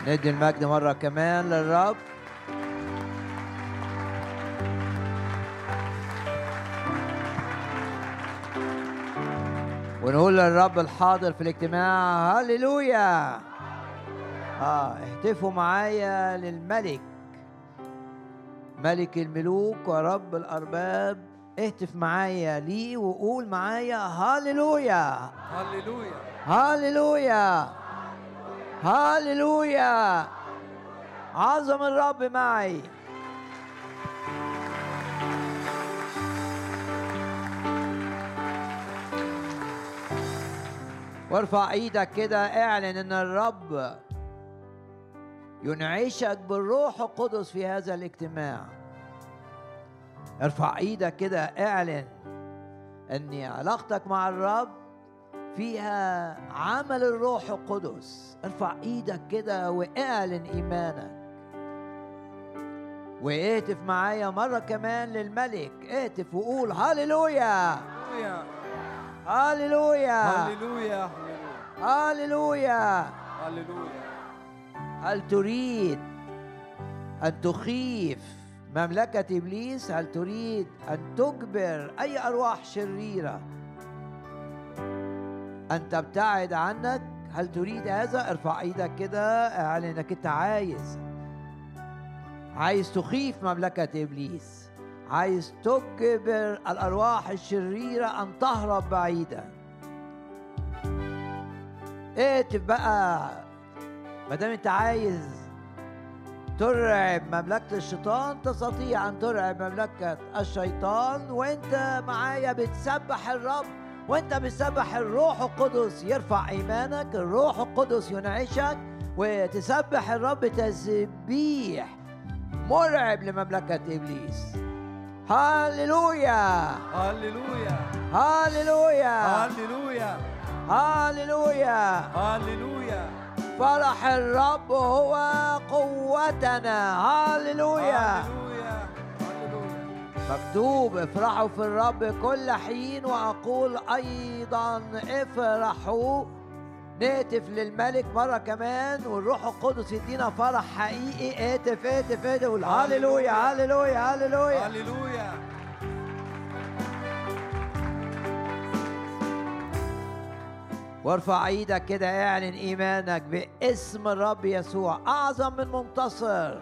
ندي المجد مرة كمان للرب. ونقول للرب الحاضر في الاجتماع هللويا. اهتفوا معايا للملك، ملك الملوك ورب الأرباب. اهتف معايا ليه وقول معايا هللويا هللويا هللويا هللويا. عظم الرب معي. وارفع ايدك كده، اعلن ان الرب ينعشك بالروح القدس في هذا الاجتماع. ارفع ايدك كده، اعلن ان علاقتك مع الرب فيها عمل الروح القدس. ارفع ايدك كده واعلن ايمانك، واهتف معايا مرة كمان للملك. اهتف وقول هللويا هللويا هللويا هللويا. هللويا. هل تريد أن تخيف مملكة إبليس؟ هل تريد أن تجبر أي أرواح شريرة أن تبتعد عنك؟ هل تريد هذا؟ ارفع ايدك كده، اعلن انك انت عايز تخيف مملكة إبليس، عايز تجبر الأرواح الشريرة أن تهرب بعيدا. اهتف بقى، ما دام انت عايز ترعب مملكة الشيطان، تستطيع أن ترعب مملكة الشيطان وانت معايا بتسبح الرب. وانت بتسبح الروح القدس يرفع إيمانك، الروح القدس ينعشك وتسبح الرب تسبيح مرعب لمملكة إبليس. هاليلويا هللويا هاليلويا هللويا هاليلويا هللويا. فرح الرب هو قوتنا. هاليلويا. هللويا هللويا. مكتوب افرحوا في الرب كل حين، وأقول أيضا افرحوا. نهتف للملك مرة كمان والروح القدس يدينا فرح حقيقي. اهتف اهتف اهتف قول هللويا هللويا هللويا هللويا. وارفع ايدك كده، اعلن ايمانك باسم الرب يسوع اعظم من منتصر.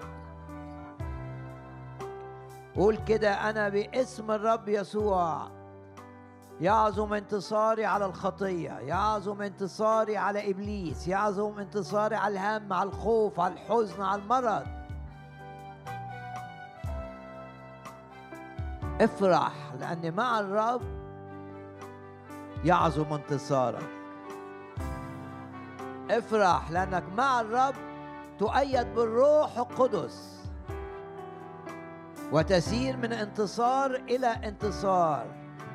قول كده، انا باسم الرب يسوع يعظم انتصاري على الخطية، يعظم انتصاري على إبليس، يعظم انتصاري على الهم، على الخوف، على الحزن، على المرض. افرح لأن مع الرب يعظم انتصارك. افرح لأنك مع الرب تؤيد بالروح القدس وتسير من انتصار إلى انتصار،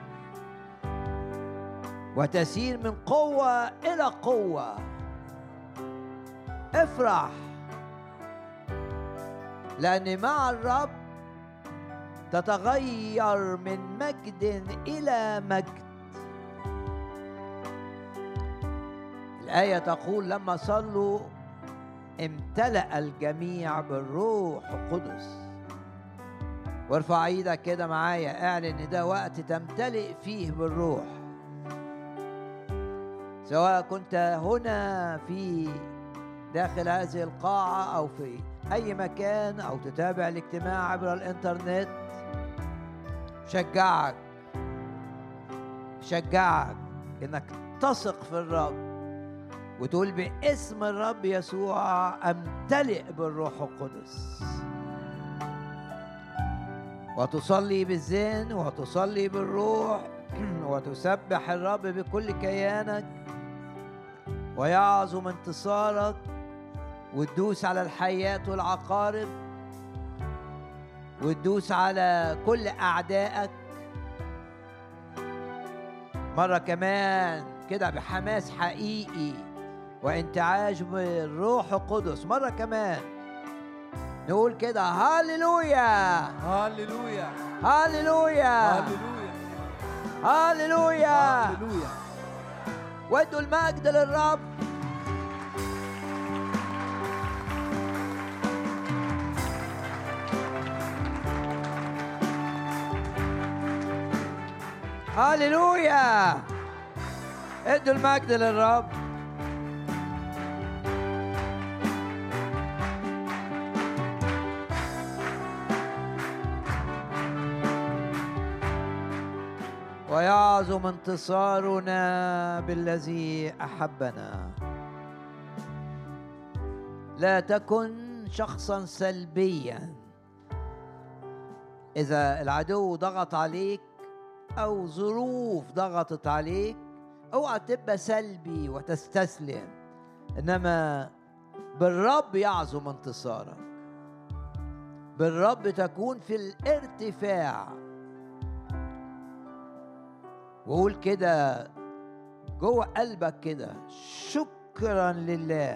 وتسير من قوة إلى قوة. افرح لأن مع الرب تتغير من مجد إلى مجد. الآية تقول لما صلوا امتلأ الجميع بالروح القدس. وارفع ايدك كده معايا، اعلن ان ده وقت تمتلئ فيه بالروح. سواء كنت هنا في داخل هذه القاعة أو في أي مكان أو تتابع الاجتماع عبر الإنترنت، شجعك إنك تثق في الرب وتقول باسم الرب يسوع أمتلئ بالروح القدس، وتصلي بالذهن وتصلي بالروح وتسبح الرب بكل كيانك، ويعظم انتصارك وتدوس على الحيات والعقارب وتدوس على كل أعدائك. مرة كمان كده بحماس حقيقي وانتعاش بالروح القدس، مرة كمان نقول كده هاليلويا هللويا هاليلويا هللويا هاليلويا. هللويا. وادوا المجد للرب. هاليلويا. ادوا المجد للرب. ويعظم انتصارنا بالذي أحبنا. لا تكن شخصا سلبيا. إذا العدو ضغط عليك أو ظروف ضغطت عليك، اوعى تبقى سلبي وتستسلم، إنما بالرب يعظم انتصارك. بالرب تكون في الارتفاع. وقول كده جوه قلبك كده: شكرا لله.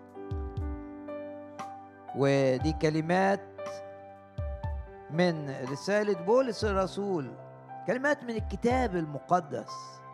ودي كلمات من رسالة بولس الرسول، كلمات من الكتاب المقدس،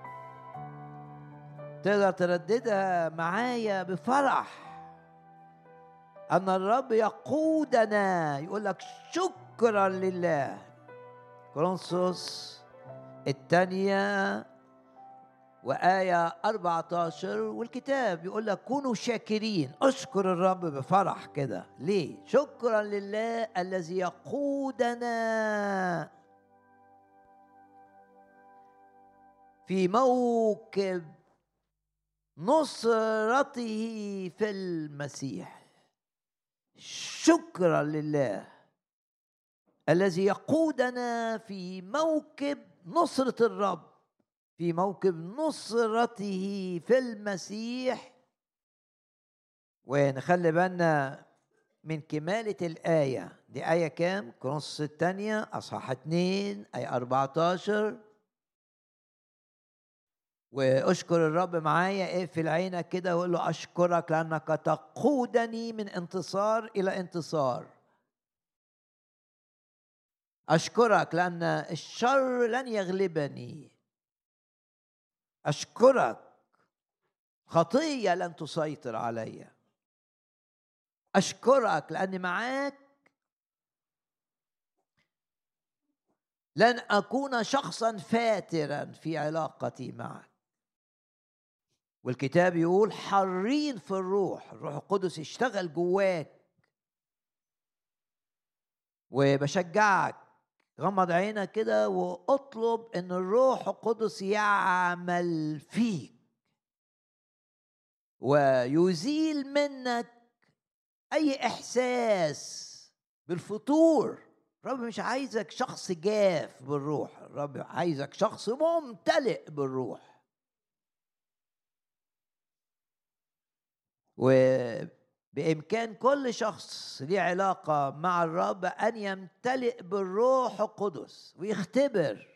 تقدر ترددها معايا بفرح. أن الرب يقودنا، يقول لك شكرا لله. كورنثوس الثانية وآية 14، والكتاب يقول لك كونوا شاكرين. اشكر الرب بفرح كده. ليه؟ شكرا لله الذي يقودنا في موكب نصرته في المسيح. شكرا لله الذي يقودنا في موكب نصرة الرب، في موكب نصرته في المسيح. ونخلي بالنا من كمالة الآية دي. آية كام؟ كورنثوس الثانية أصحاح 2 آية 14. واشكر الرب معايا. اقفل عينك كده وقول له: أشكرك لأنك تقودني من انتصار إلى انتصار. أشكرك لأن الشر لن يغلبني. أشكرك خطية لن تسيطر علي. أشكرك لأني معاك لن أكون شخصا فاترا في علاقتي معك. والكتاب يقول حرين في الروح. الروح القدس يشتغل جواك. وبشجعك غمض عينك كده واطلب ان الروح القدس يعمل فيك ويزيل منك اي احساس بالفتور. الرب مش عايزك شخص جاف بالروح، الرب عايزك شخص ممتلئ بالروح. وبإمكان كل شخص ليه علاقة مع الرب أن يمتلئ بالروح القدس ويختبر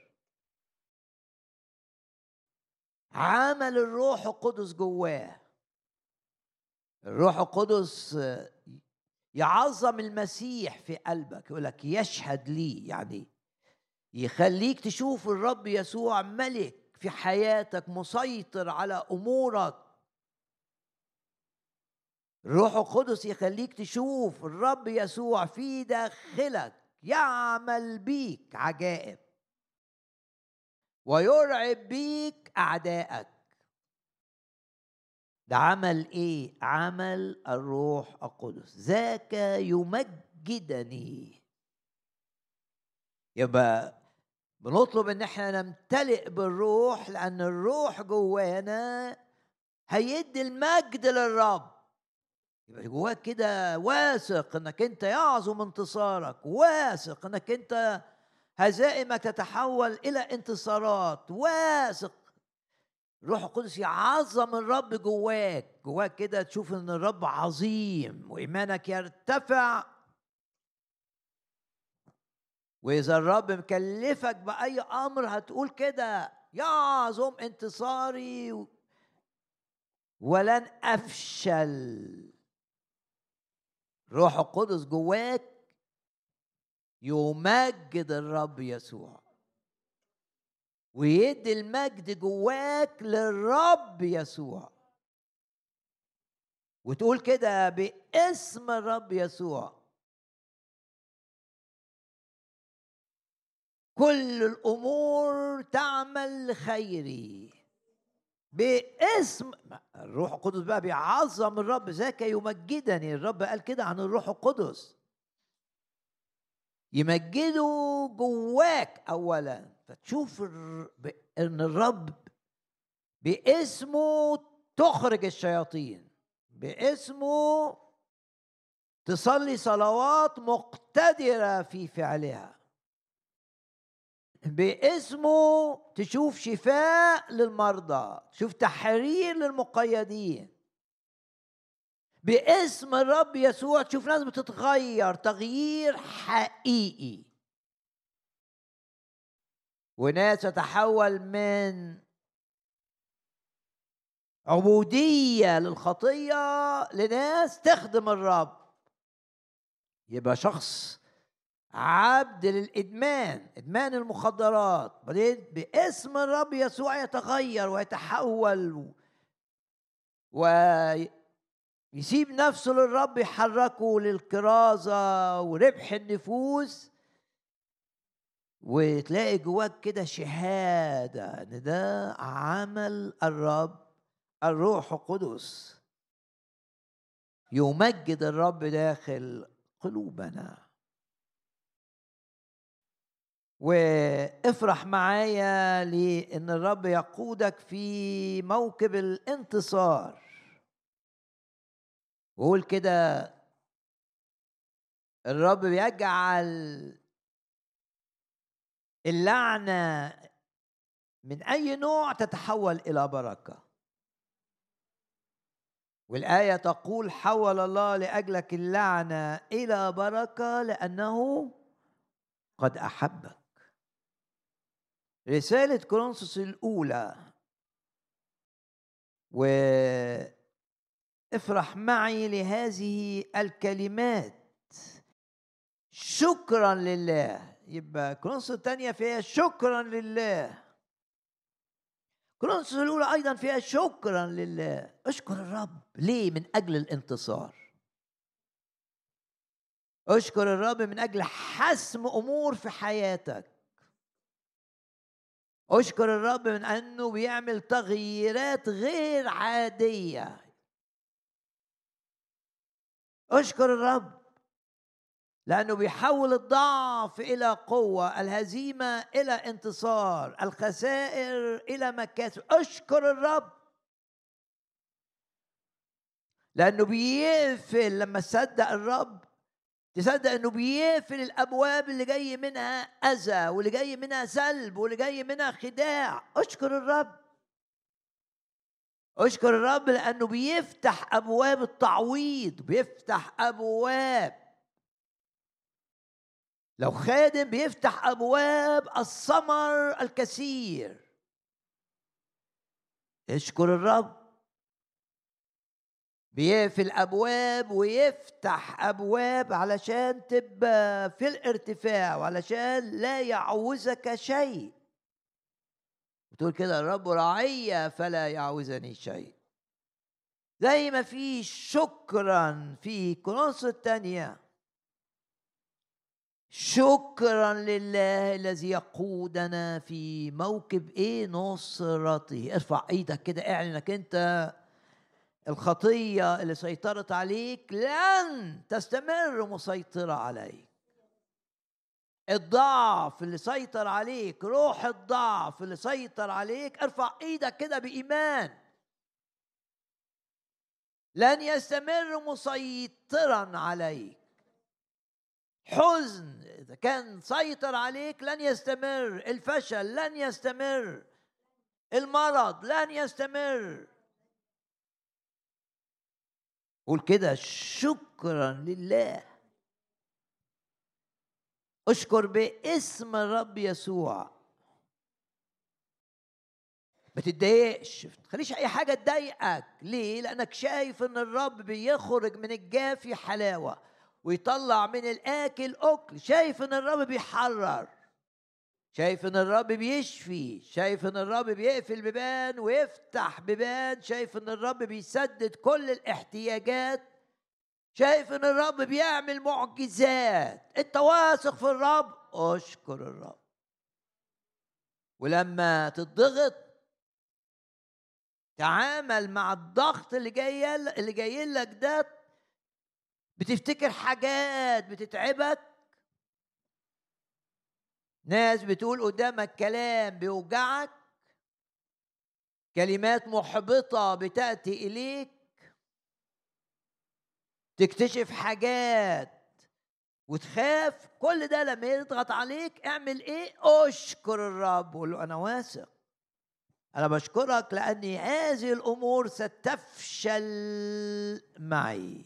عمل الروح القدس جواه. الروح القدس يعظم المسيح في قلبك. يقول لك يشهد لي، يعني يخليك تشوف الرب يسوع ملك في حياتك، مسيطر على أمورك. الروح القدس يخليك تشوف الرب يسوع في داخلك يعمل بيك عجائب ويرعب بيك أعدائك. ده عمل إيه؟ عمل الروح القدس. ذاك يمجدني. يبقى بنطلب ان احنا نمتلئ بالروح، لأن الروح جوانا هيدي المجد للرب. يبقى جواك كده واثق انك انت يعظم انتصارك، واثق انك انت هزائمك تتحول الى انتصارات، واثق الروح القدس يعظم الرب جواك كده تشوف ان الرب عظيم وايمانك يرتفع. واذا الرب مكلفك باي امر هتقول كده: يعظم انتصاري ولن افشل. روح القدس جواك يمجد الرب يسوع ويدي المجد جواك للرب يسوع، وتقول كده باسم الرب يسوع: كل الأمور تعمل لخيري باسم الروح القدس. بقى بيعظم الرب، ذاك يمجدني. الرب قال كده عن الروح القدس، يمجده جواك أولا، فتشوف إن الرب باسمه تخرج الشياطين، باسمه تصلي صلوات مقتدرة في فعلها، باسمه تشوف شفاء للمرضى، تشوف تحرير للمقيدين. باسم الرب يسوع تشوف ناس بتتغير تغيير حقيقي، وناس تتحول من عبودية للخطية لناس تخدم الرب. يبقى شخص عبد للإدمان، إدمان المخدرات، بعدين باسم الرب يسوع يتغير ويتحول ويسيب نفسه للرب، يحركه للكرازة وربح النفوس، وتلاقي جواك كده شهادة إن ده عمل الرب الروح القدس. يمجد الرب داخل قلوبنا. وافرح معايا لأن الرب يقودك في موكب الانتصار. وقول كده: الرب بيجعل اللعنة من أي نوع تتحول إلى بركة. والآية تقول: حول الله لأجلك اللعنة إلى بركة لأنه قد أحبك. رسالة كورنثوس الأولى. وافرح معي لهذه الكلمات شكرا لله. يبقى كورنثوس الثانية فيها شكرا لله، كورنثوس الأولى أيضا فيها شكرا لله. اشكر الرب. ليه؟ من أجل الانتصار. اشكر الرب من أجل حسم أمور في حياتك. اشكر الرب من أنه بيعمل تغييرات غير عادية. اشكر الرب لأنه بيحول الضعف إلى قوة، الهزيمة إلى انتصار، الخسائر إلى مكاسب. اشكر الرب لأنه بيقفل. لما تصدق الرب تصدق أنه بيقفل الأبواب اللي جاي منها أذى، واللي جاي منها سلب، واللي جاي منها خداع. اشكر الرب. اشكر الرب لأنه بيفتح أبواب التعويض، بيفتح أبواب. لو خادم بيفتح أبواب الثمر الكثير. اشكر الرب. بيقفل أبواب ويفتح أبواب علشان تبقى في الارتفاع، وعلشان لا يعوزك شيء. بتقول كده: الرب راعي فلا يعوزني شيء. زي ما في شكرا في كورنثوس الثانية، شكرا لله الذي يقودنا في موكب نصرته. ارفع ايدك كده، اعلن انك انت الخطية اللي سيطرت عليك لن تستمر مسيطرة عليك. الضعف اللي سيطر عليك، روح الضعف اللي سيطر عليك، ارفع ايدك كده بإيمان، لن يستمر مسيطرا عليك. حزن إذا كان سيطر عليك لن يستمر، الفشل لن يستمر، المرض لن يستمر. قول كده: شكرا لله. اشكر باسم الرب يسوع. ما تتضايقش، ما تخليش اي حاجه تضايقك. ليه؟ لانك شايف ان الرب بيخرج من الجافي حلاوه ويطلع من الاكل اكل. شايف ان الرب بيحرر، شايف ان الرب بيشفي، شايف ان الرب بيقفل بيبان ويفتح بيبان، شايف ان الرب بيسدد كل الاحتياجات، شايف ان الرب بيعمل معجزات. انت واثق في الرب، اشكر الرب. ولما تضغط تعامل مع الضغط اللي جاي لك ده، بتفتكر حاجات بتتعبك، ناس بتقول قدامك كلام بيوجعك، كلمات محبطة بتأتي إليك، تكتشف حاجات وتخاف. كل ده لما يضغط عليك اعمل ايه؟ اشكر الرب وقول له انا واثق، انا بشكرك لأن هذه الأمور ستفشل معي.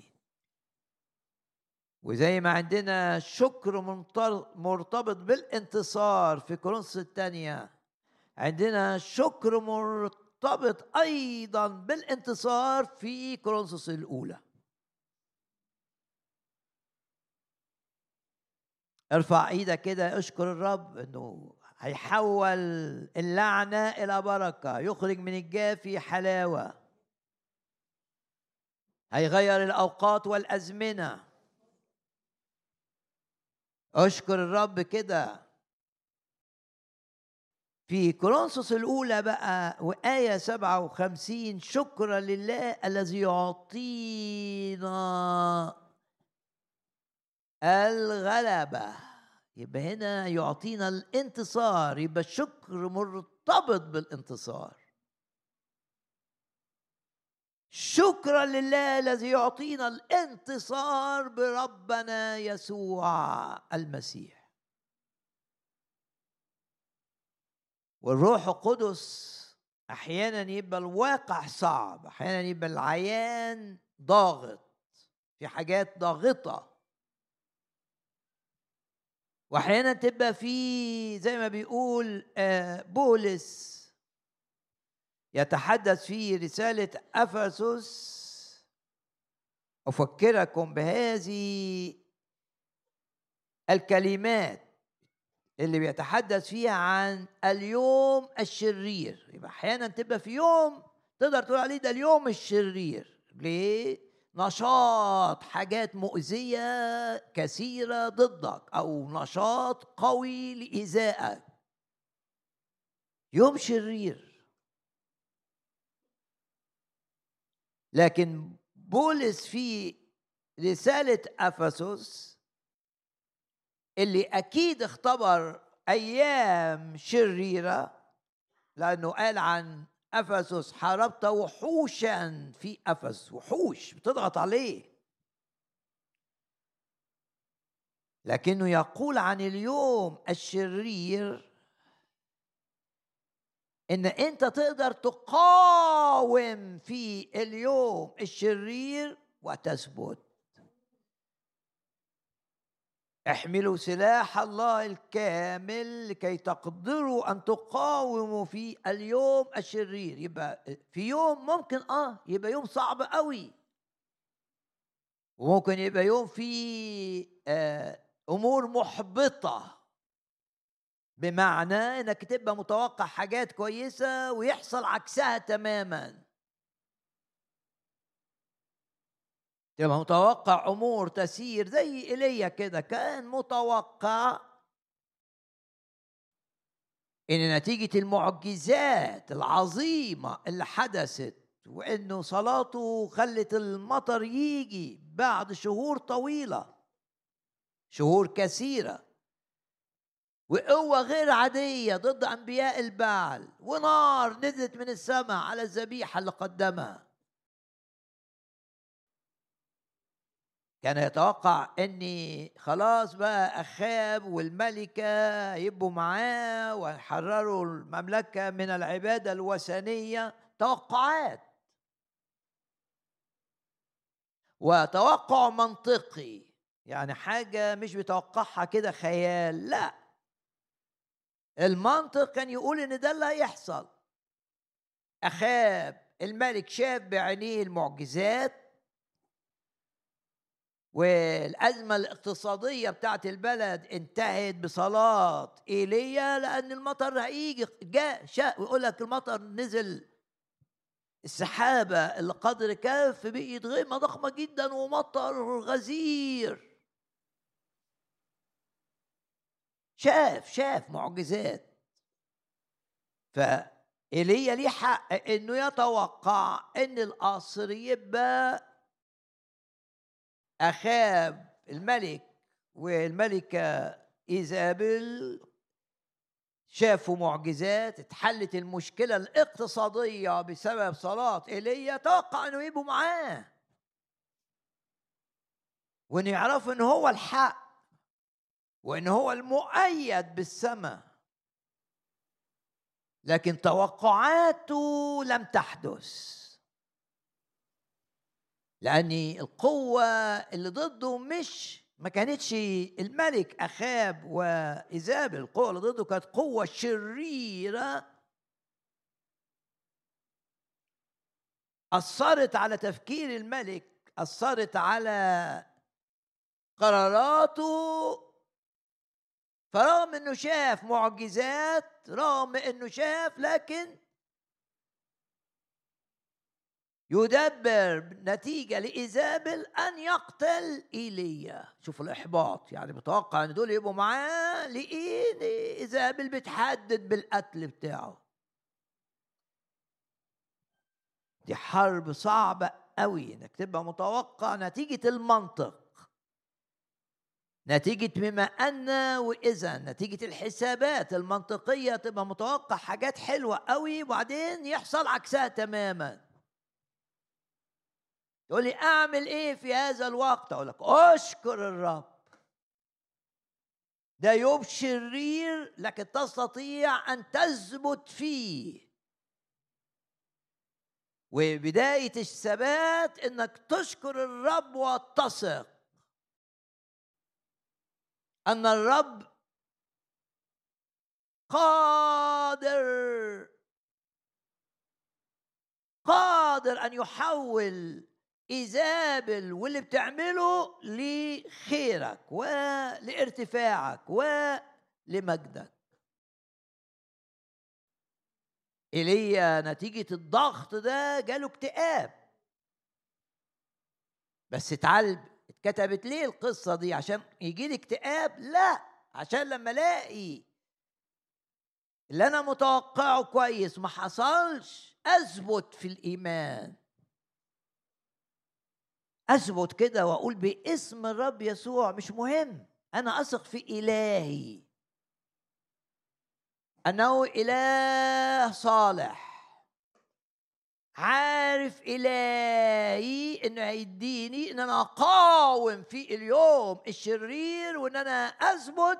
وزي ما عندنا شكر مرتبط بالانتصار في كورنثوس الثانية، عندنا شكر مرتبط أيضا بالانتصار في كورنثوس الأولى. ارفع ايدك كده، اشكر الرب انه هيحول اللعنة إلى بركة، يخرج من الجافي حلاوة، هيغير الأوقات والأزمنة. اشكر الرب كده. في كورنثوس الأولى بقى وآية 57، شكرا لله الذي يعطينا الغلبة. يبقى هنا يعطينا الانتصار، يبقى الشكر مرتبط بالانتصار. شكرا لله الذي يعطينا الانتصار بربنا يسوع المسيح. والروح القدس احيانا يبقى الواقع صعب، احيانا يبقى العيان ضاغط، في حاجات ضاغطه، واحيانا تبقى في زي ما بيقول بولس يتحدث في رسالة أفسس، أفكركم بهذه الكلمات اللي بيتحدث فيها عن اليوم الشرير. يبقى أحيانا تبقى في يوم تقدر تقول عليه ده اليوم الشرير. ليه؟ نشاط حاجات مؤذية كثيرة ضدك، أو نشاط قوي لإيذائك، يوم شرير. لكن بولس في رسالة أفسس اللي أكيد اختبر أيام شريرة، لأنه قال عن أفسس حاربت وحوشا في أفسس، وحوش بتضغط عليه، لكنه يقول عن اليوم الشرير إن أنت تقدر تقاوم في اليوم الشرير وتثبت. احملوا سلاح الله الكامل لكي تقدروا أن تقاوموا في اليوم الشرير. يبقى في يوم ممكن يبقى يوم صعب قوي، وممكن يبقى يوم فيه أمور محبطة، بمعنى انك تبقى متوقع حاجات كويسة ويحصل عكسها تماما. تبقى متوقع امور تسير زي ايليا كده، كان متوقع ان نتيجة المعجزات العظيمة اللي حدثت، وانه صلاته خلت المطر يجي بعد شهور طويلة، شهور كثيرة، وقوة غير عادية ضد أنبياء البعل، ونار نزلت من السماء على الذبيحة اللي قدمها. كان يتوقع أن خلاص بقى أخاب والملكة يبقوا معاه ويحرروا المملكة من العبادة الوثنية. توقعات وتوقع منطقي، يعني حاجة مش بتوقعها كده خيال، لا، المنطق كان يقول ان ده اللي هيحصل. اخاب الملك شاف بعينيه المعجزات والازمه الاقتصاديه بتاعت البلد انتهت بصلاه ايليا، لان المطر هيجي. جاء ويقول لك المطر نزل، السحابه اللي قدر كف بقيت غيمه ضخمه جدا ومطر غزير. شاف معجزات. فإيليا ليه حق إنه يتوقع إن القصر يبقى أخاب الملك والملكة إيزابل شافوا معجزات، اتحلت المشكلة الاقتصادية بسبب صلاة إيليا. توقع إنه يبقوا معاه وإنه يعرفوا إنه هو الحق وإنه هو المؤيد بالسماء، لكن توقعاته لم تحدث، لأن القوة اللي ضده ما كانتش الملك أخاب وإيزابل. القوة اللي ضده كانت قوة شريرة أثرت على تفكير الملك، أثرت على قراراته. فرغم أنه شاف معجزات، رغم أنه شاف، لكن يدبر نتيجة لإيزابل أن يقتل إيليا. شوفوا الإحباط، يعني متوقع أن دول يبقوا معاه، لإيه إيزابل بتحدد بالقتل بتاعه. دي حرب صعبة قوي إنك تبقى متوقع نتيجة المنطق، نتيجة بما أن وإذا، نتيجة الحسابات المنطقية، تبقى متوقع حاجات حلوة قوي وبعدين يحصل عكسها تماما. تقول لي أعمل إيه في هذا الوقت؟ أقول لك أشكر الرب. ده يوم شرير لكن تستطيع أن تثبت فيه، وبداية الثبات إنك تشكر الرب وتثق أن الرب قادر أن يحول إيزابل واللي بتعمله لخيرك ولارتفاعك ولمجدك. إيليا نتيجة الضغط ده جاله اكتئاب، بس اتكتبت ليه القصة دي؟ عشان يجي لي اكتئاب؟ لا، عشان لما الاقي اللي انا متوقعه كويس ما حصلش اثبت في الايمان، اثبت كده واقول باسم الرب يسوع مش مهم، انا اثق في الهي انه اله صالح، عارف إلهي إنه هيديني إن أنا أقاوم في اليوم الشرير وإن أنا أثبت.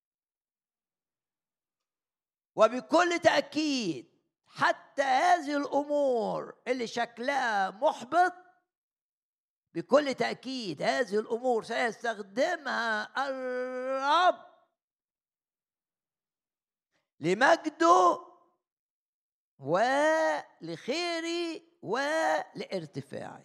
وبكل تأكيد حتى هذه الأمور اللي شكلها محبط، بكل تأكيد هذه الأمور سيستخدمها الرب لمجده ولخيري ولارتفاعي.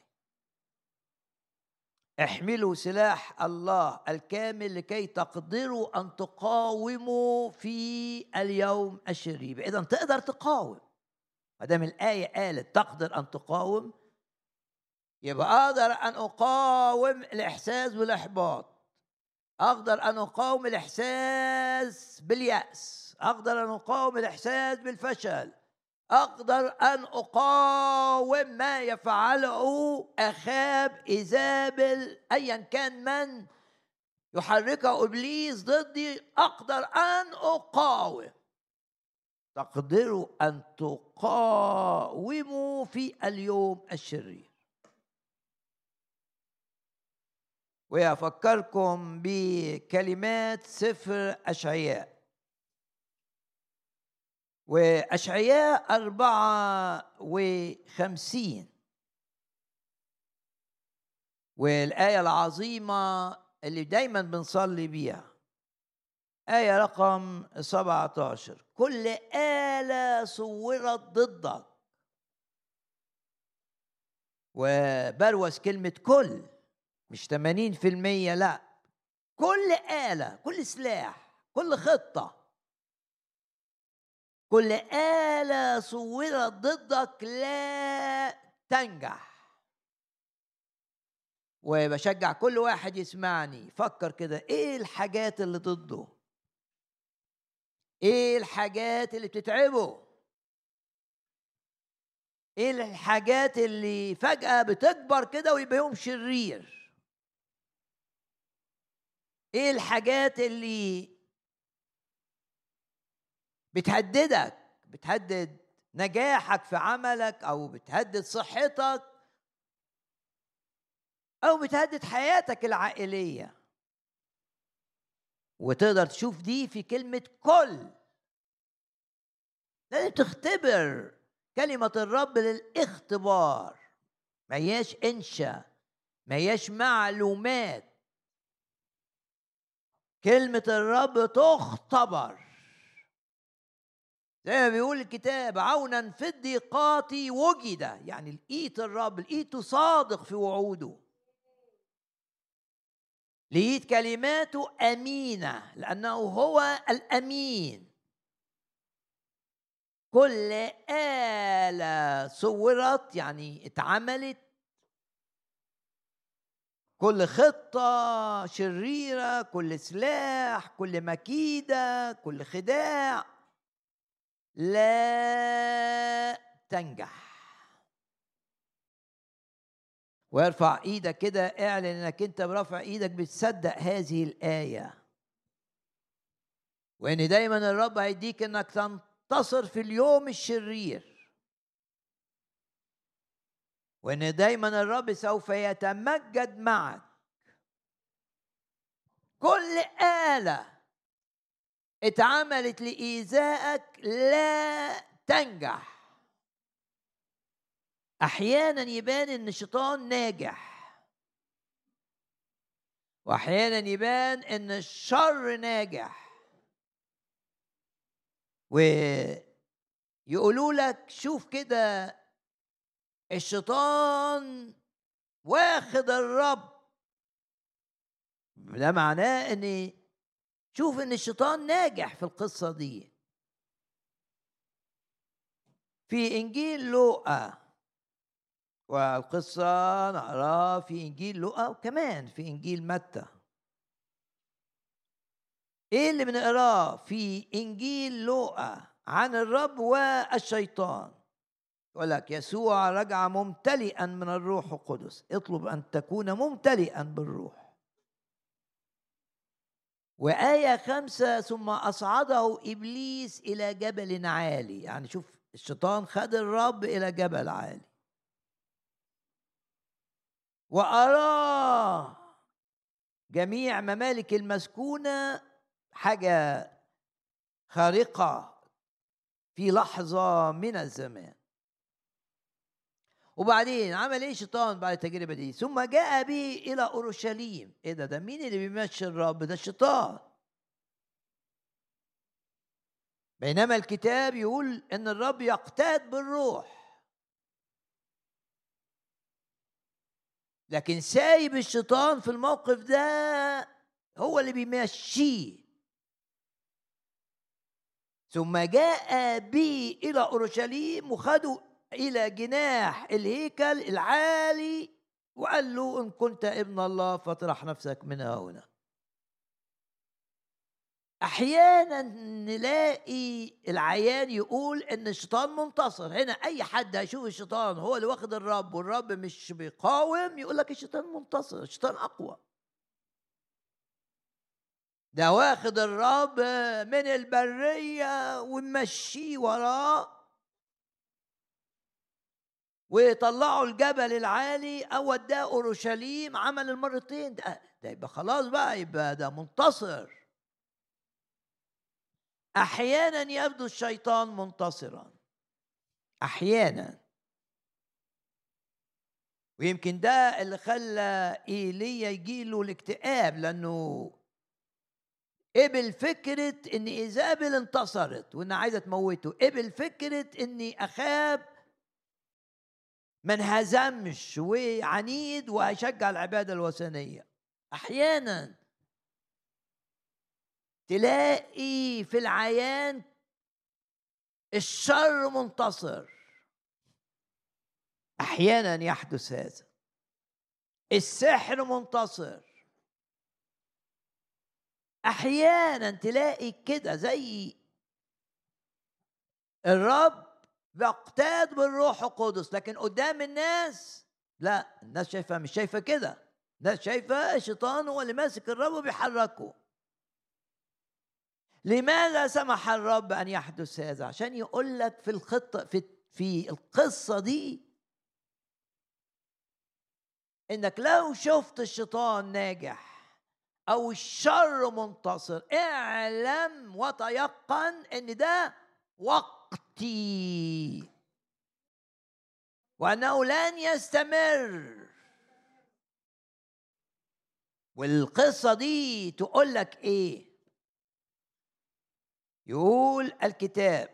احملوا سلاح الله الكامل لكي تقدروا أن تقاوموا في اليوم الشرير. إذا تقدر تقاوم، ما دام الآية قالت تقدر أن تقاوم، يبقى أقدر أن أقاوم الإحساس بالإحباط، أقدر أن أقاوم الإحساس باليأس، أقدر أن أقاوم الإحساس بالفشل، أقدر أن أقاوم ما يفعله أخاب إيزابل أيا كان من يحركه إبليس ضدي، أقدر أن أقاوم. تقدروا أن تقاوموا في اليوم الشرير. وأفكركم بكلمات سفر أشعياء، وأشعياء 54 والآية العظيمة اللي دايما بنصلي بيها، آية رقم 17: كل آلة صورت ضدك. وبروز كلمة كل، مش 80%، لا، كل آلة، كل سلاح، كل خطة، كل آلة صورت ضدك لا تنجح. وبشجع كل واحد يسمعني فكر كده، ايه الحاجات اللي ضده؟ ايه الحاجات اللي بتتعبه؟ ايه الحاجات اللي فجأة بتكبر كده ويبقى يوم شرير؟ ايه الحاجات اللي بتهددك، بتهدد نجاحك في عملك، او بتهدد صحتك، او بتهدد حياتك العائلية؟ وتقدر تشوف دي في كلمة كل. لازم تختبر كلمة الرب للاختبار، ما هياش انشا، ما هياش معلومات. كلمة الرب تختبر، زي ما بيقول الكتاب عونا في الضيقات وجد. يعني لقيت الرب، لقيته صادق في وعوده، لقيت كلماته أمينة لأنه هو الأمين. كل آلة صورت يعني اتعملت، كل خطة شريرة، كل سلاح، كل مكيدة، كل خداع لا تنجح. وارفع ايدك كده، اعلن انك انت برفع ايدك بتصدق هذه الآية، وان دايما الرب هيديك انك تنتصر في اليوم الشرير، وان دايما الرب سوف يتمجد معك. كل آلة اتعملت لإيذائك لا تنجح. احيانا يبان ان الشيطان ناجح، واحيانا يبان ان الشر ناجح، ويقولوا لك شوف كده الشيطان واخد الرب. ده معناه ان شوف ان الشيطان ناجح في القصة دي. في انجيل لوقا، والقصة نقراها في انجيل لوقا وكمان في انجيل متى. ايه اللي بنقراه في انجيل لوقا عن الرب والشيطان؟ يقول لك يسوع رجع ممتلئا من الروح القدس. اطلب ان تكون ممتلئا بالروح. وآية 5 ثم أصعده إبليس إلى جبل عالي. يعني شوف الشيطان خد الرب إلى جبل عالي وأراه جميع ممالك المسكونة. حاجة خارقة في لحظة من الزمان. وبعدين عمل ايه الشيطان بعد التجربة دي؟ ثم جاء به إلى أورشليم. ايه ده مين اللي بيمشي الرب؟ ده الشيطان. بينما الكتاب يقول ان الرب يقتاد بالروح، لكن سايب الشيطان في الموقف ده هو اللي بيمشيه. ثم جاء به إلى أورشليم وخدوا إلى جناح الهيكل العالي وقال له إن كنت ابن الله فاطرح نفسك من هنا. أحيانا نلاقي العيان يقول إن الشيطان منتصر. هنا أي حد هيشوف الشيطان هو اللي واخد الرب والرب مش بيقاوم يقول لك الشيطان منتصر، الشيطان أقوى. ده واخد الرب من البرية ومشيه وراه ويطلعوا الجبل العالي أو وداه أورشليم. عمل المرتين. ده يبقى خلاص بقى، يبقى ده منتصر. أحيانا يبدو الشيطان منتصرا أحيانا، ويمكن ده اللي خلى إيليا يجيله الاكتئاب، لأنه قبل فكرة إن إيزابل انتصرت وإن عايزة تموته. قبل فكرة إن أخاب ما انهزمش وعنيد وهيشجع العبادة الوثنية. أحيانا تلاقي في العيان الشر منتصر، أحيانا يحدث هذا. السحر منتصر، أحيانا تلاقي كده زي الرب بقتاد بالروح القدس، لكن قدام الناس لا، الناس شايفه مش شايفه كده، الناس شايفه الشيطان هو اللي ماسك الرب وبيحركه. لماذا سمح الرب ان يحدث هذا؟ عشان يقول لك في الخطه في القصه دي انك لو شفت الشيطان ناجح او الشر منتصر، اعلم وتيقن ان ده وقتي وانه لن يستمر. والقصه دي تقول لك ايه؟ يقول الكتاب،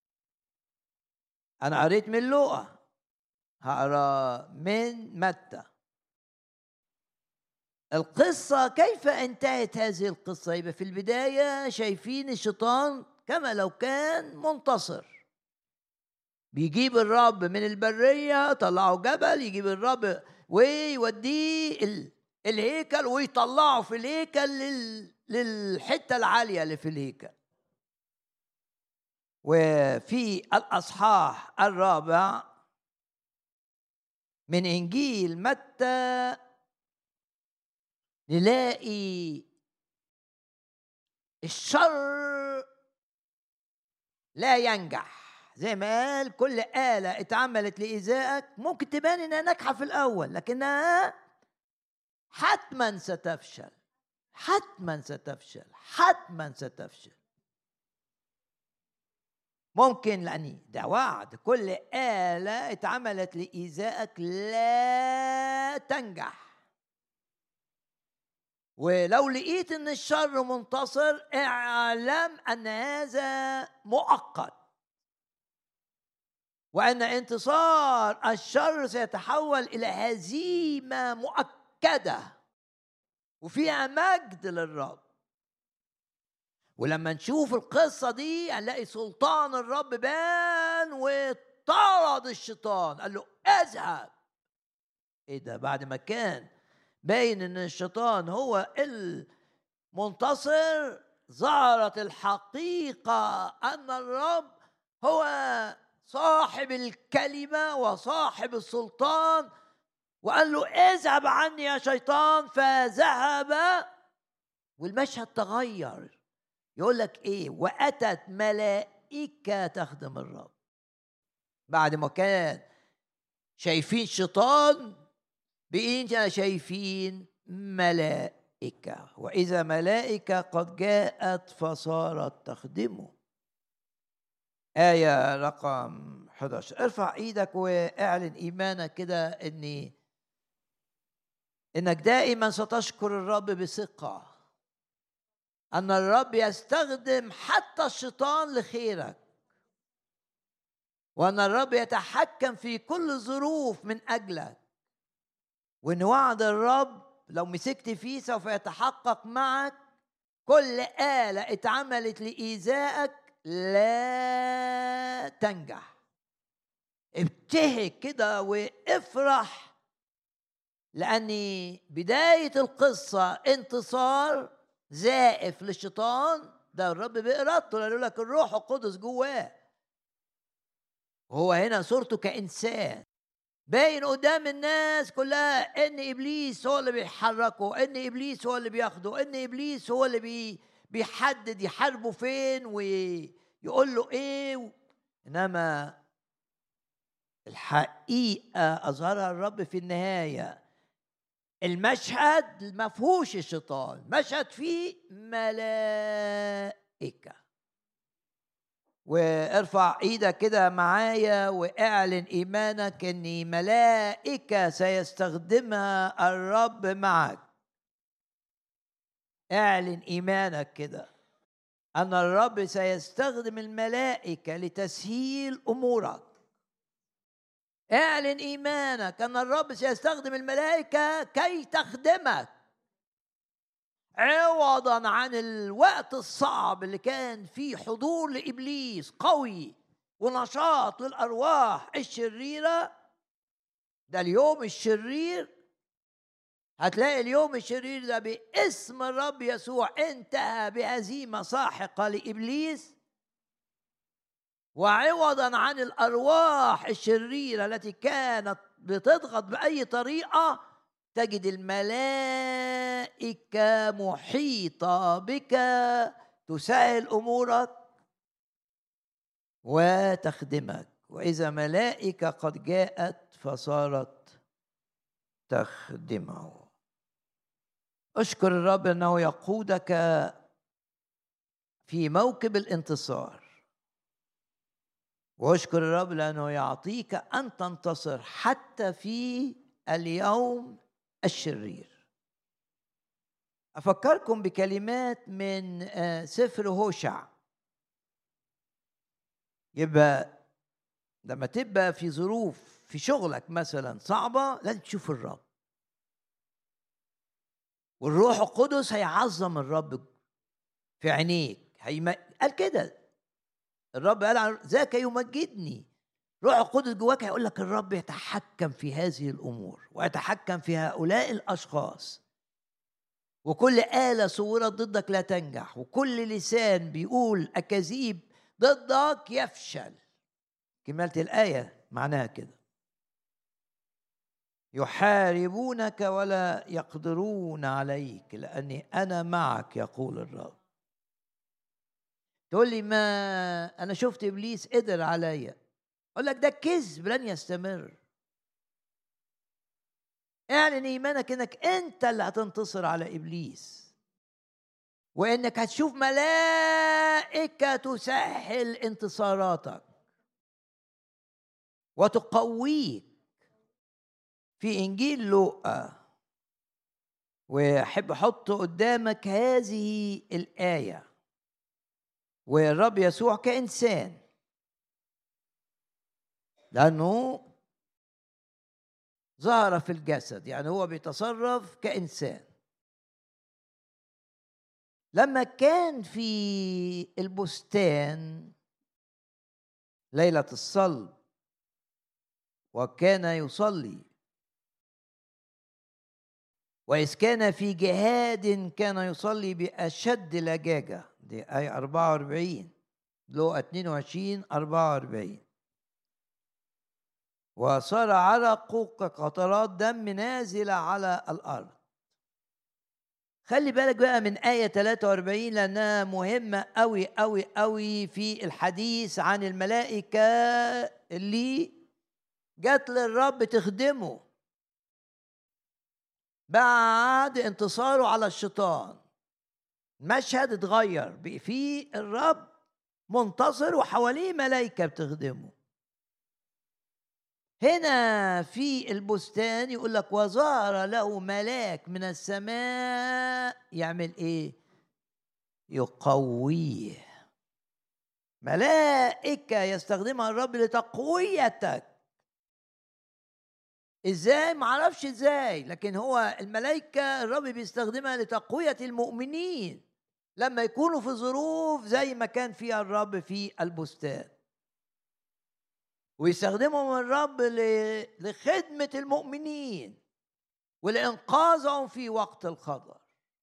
انا قريت من لوقا، هقرا من متى. القصة كيف انتهت هذه القصة؟ يبقى في البداية شايفين الشيطان كما لو كان منتصر، بيجيب الرب من البرية، طلعه جبل، يجيب الرب ويوديه الهيكل ويطلعه في الهيكل للحتة العالية اللي في الهيكل. وفي الأصحاح 4 من إنجيل متى نلاقي الشر لا ينجح. زي ما قال كل آلة اتعملت لإيذائك ممكن تبان إنها ناجحة في الأول، لكنها حتما ستفشل، حتما ستفشل، حتما ستفشل. ممكن، لأني ده وعد، كل آلة اتعملت لإيذائك لا تنجح. ولو لقيت ان الشر منتصر، اعلم ان هذا مؤقت، وان انتصار الشر سيتحول الى هزيمة مؤكدة وفيها مجد للرب. ولما نشوف القصة دي هنلاقي سلطان الرب بان وطرد الشيطان، قال له اذهب. ايه ده؟ بعد ما كان باين ان الشيطان هو المنتصر، ظهرت الحقيقة ان الرب هو صاحب الكلمة وصاحب السلطان، وقال له اذهب عني يا شيطان، فذهب. والمشهد تغير. يقول لك ايه؟ واتت ملائكة تخدم الرب. بعد ما كان شايفين شيطان، بقينا شايفين ملائكة، وإذا ملائكة قد جاءت فصارت تخدمه. آية رقم 11. ارفع ايدك واعلن إيمانك كده إنك دائما ستشكر الرب بثقة، أن الرب يستخدم حتى الشيطان لخيرك، وأن الرب يتحكم في كل ظروف من أجلك، وإن وعد الرب لو مسكت فيه سوف يتحقق معك. كل آلة اتعملت لإيذائك لا تنجح. ابتهج كده وافرح، لأن بداية القصة انتصار زائف للشيطان. ده الرب بإرادته، قال لك الروح القدس جواه، وهو هنا صورته كإنسان باين قدام الناس كلها ان ابليس هو اللي بيحركه، ان ابليس هو اللي بياخده، ان ابليس هو اللي بيحدد يحاربه فين ويقول له ايه. انما الحقيقه اظهرها الرب في النهايه. المشهد ما فيهوش الشيطان، مشهد فيه ملائكه. وارفع ايدك كده معايا واعلن ايمانك ان ملائكة سيستخدمها الرب معك. اعلن ايمانك كده ان الرب سيستخدم الملائكة لتسهيل امورك. اعلن ايمانك ان الرب سيستخدم الملائكة كي تخدمك، عوضا عن الوقت الصعب اللي كان فيه حضور لإبليس قوي ونشاط للأرواح الشريرة. ده اليوم الشرير، هتلاقي اليوم الشرير ده باسم الرب يسوع انتهى بهزيمة ساحقة لإبليس، وعوضا عن الأرواح الشريرة التي كانت بتضغط بأي طريقة، تجد الملائكة محيطة بك تسهل أمورك وتخدمك. وإذا ملائكة قد جاءت فصارت تخدمه. أشكر الرب أنه يقودك في موكب الانتصار، وأشكر الرب لأنه يعطيك أن تنتصر حتى في اليوم الشرير. أفكركم بكلمات من سفر هوشع. يبقى لما تبقى في ظروف في شغلك مثلا صعبة، لازم تشوف الرب، والروح القدس هيعظم الرب في عينيك. قال كده الرب، قال عن ذاك يمجدني. روح القدس جواك هيقول لك الرب يتحكم في هذه الأمور ويتحكم في هؤلاء الأشخاص، وكل آلة صورت ضدك لا تنجح، وكل لسان بيقول أكاذيب ضدك يفشل. كملت الآية معناها كده: يحاربونك ولا يقدرون عليك لأني أنا معك يقول الرب. تقول لي ما أنا شفت إبليس قدر عليا، أقول لك ده كذب لن يستمر. اعلن إيمانك إنك أنت اللي هتنتصر على إبليس، وإنك هتشوف ملائكة تسهل انتصاراتك وتقويك. في إنجيل لوقا، وأحب أحط قدامك هذه الآية، والرب يسوع كإنسان، لأنه ظهر في الجسد، يعني هو بيتصرف كإنسان. لما كان في البستان ليلة الصلب وكان يصلي، وإذ كان في جهاد كان يصلي بأشد لجاجة. دي آية 44 لوقا 22:44. وصار عرقه كقطرات دم نازلة على الأرض. خلي بالك بقى من آية 43 لأنها مهمة أوي أوي أوي في الحديث عن الملائكة اللي جات للرب تخدمه بعد انتصاره على الشيطان. المشهد اتغير، بقى فيه الرب منتصر وحواليه ملائكة بتخدمه. هنا في البستان يقول لك وظهر له ملاك من السماء يعمل ايه؟ يقويه. ملائكة يستخدمها الرب لتقويتك. ازاي؟ معرفش ازاي، لكن هو الملائكة الرب بيستخدمها لتقوية المؤمنين لما يكونوا في ظروف زي ما كان فيها الرب في البستان، ويستخدمهم الرب لخدمة المؤمنين ولإنقاذهم في وقت الخطر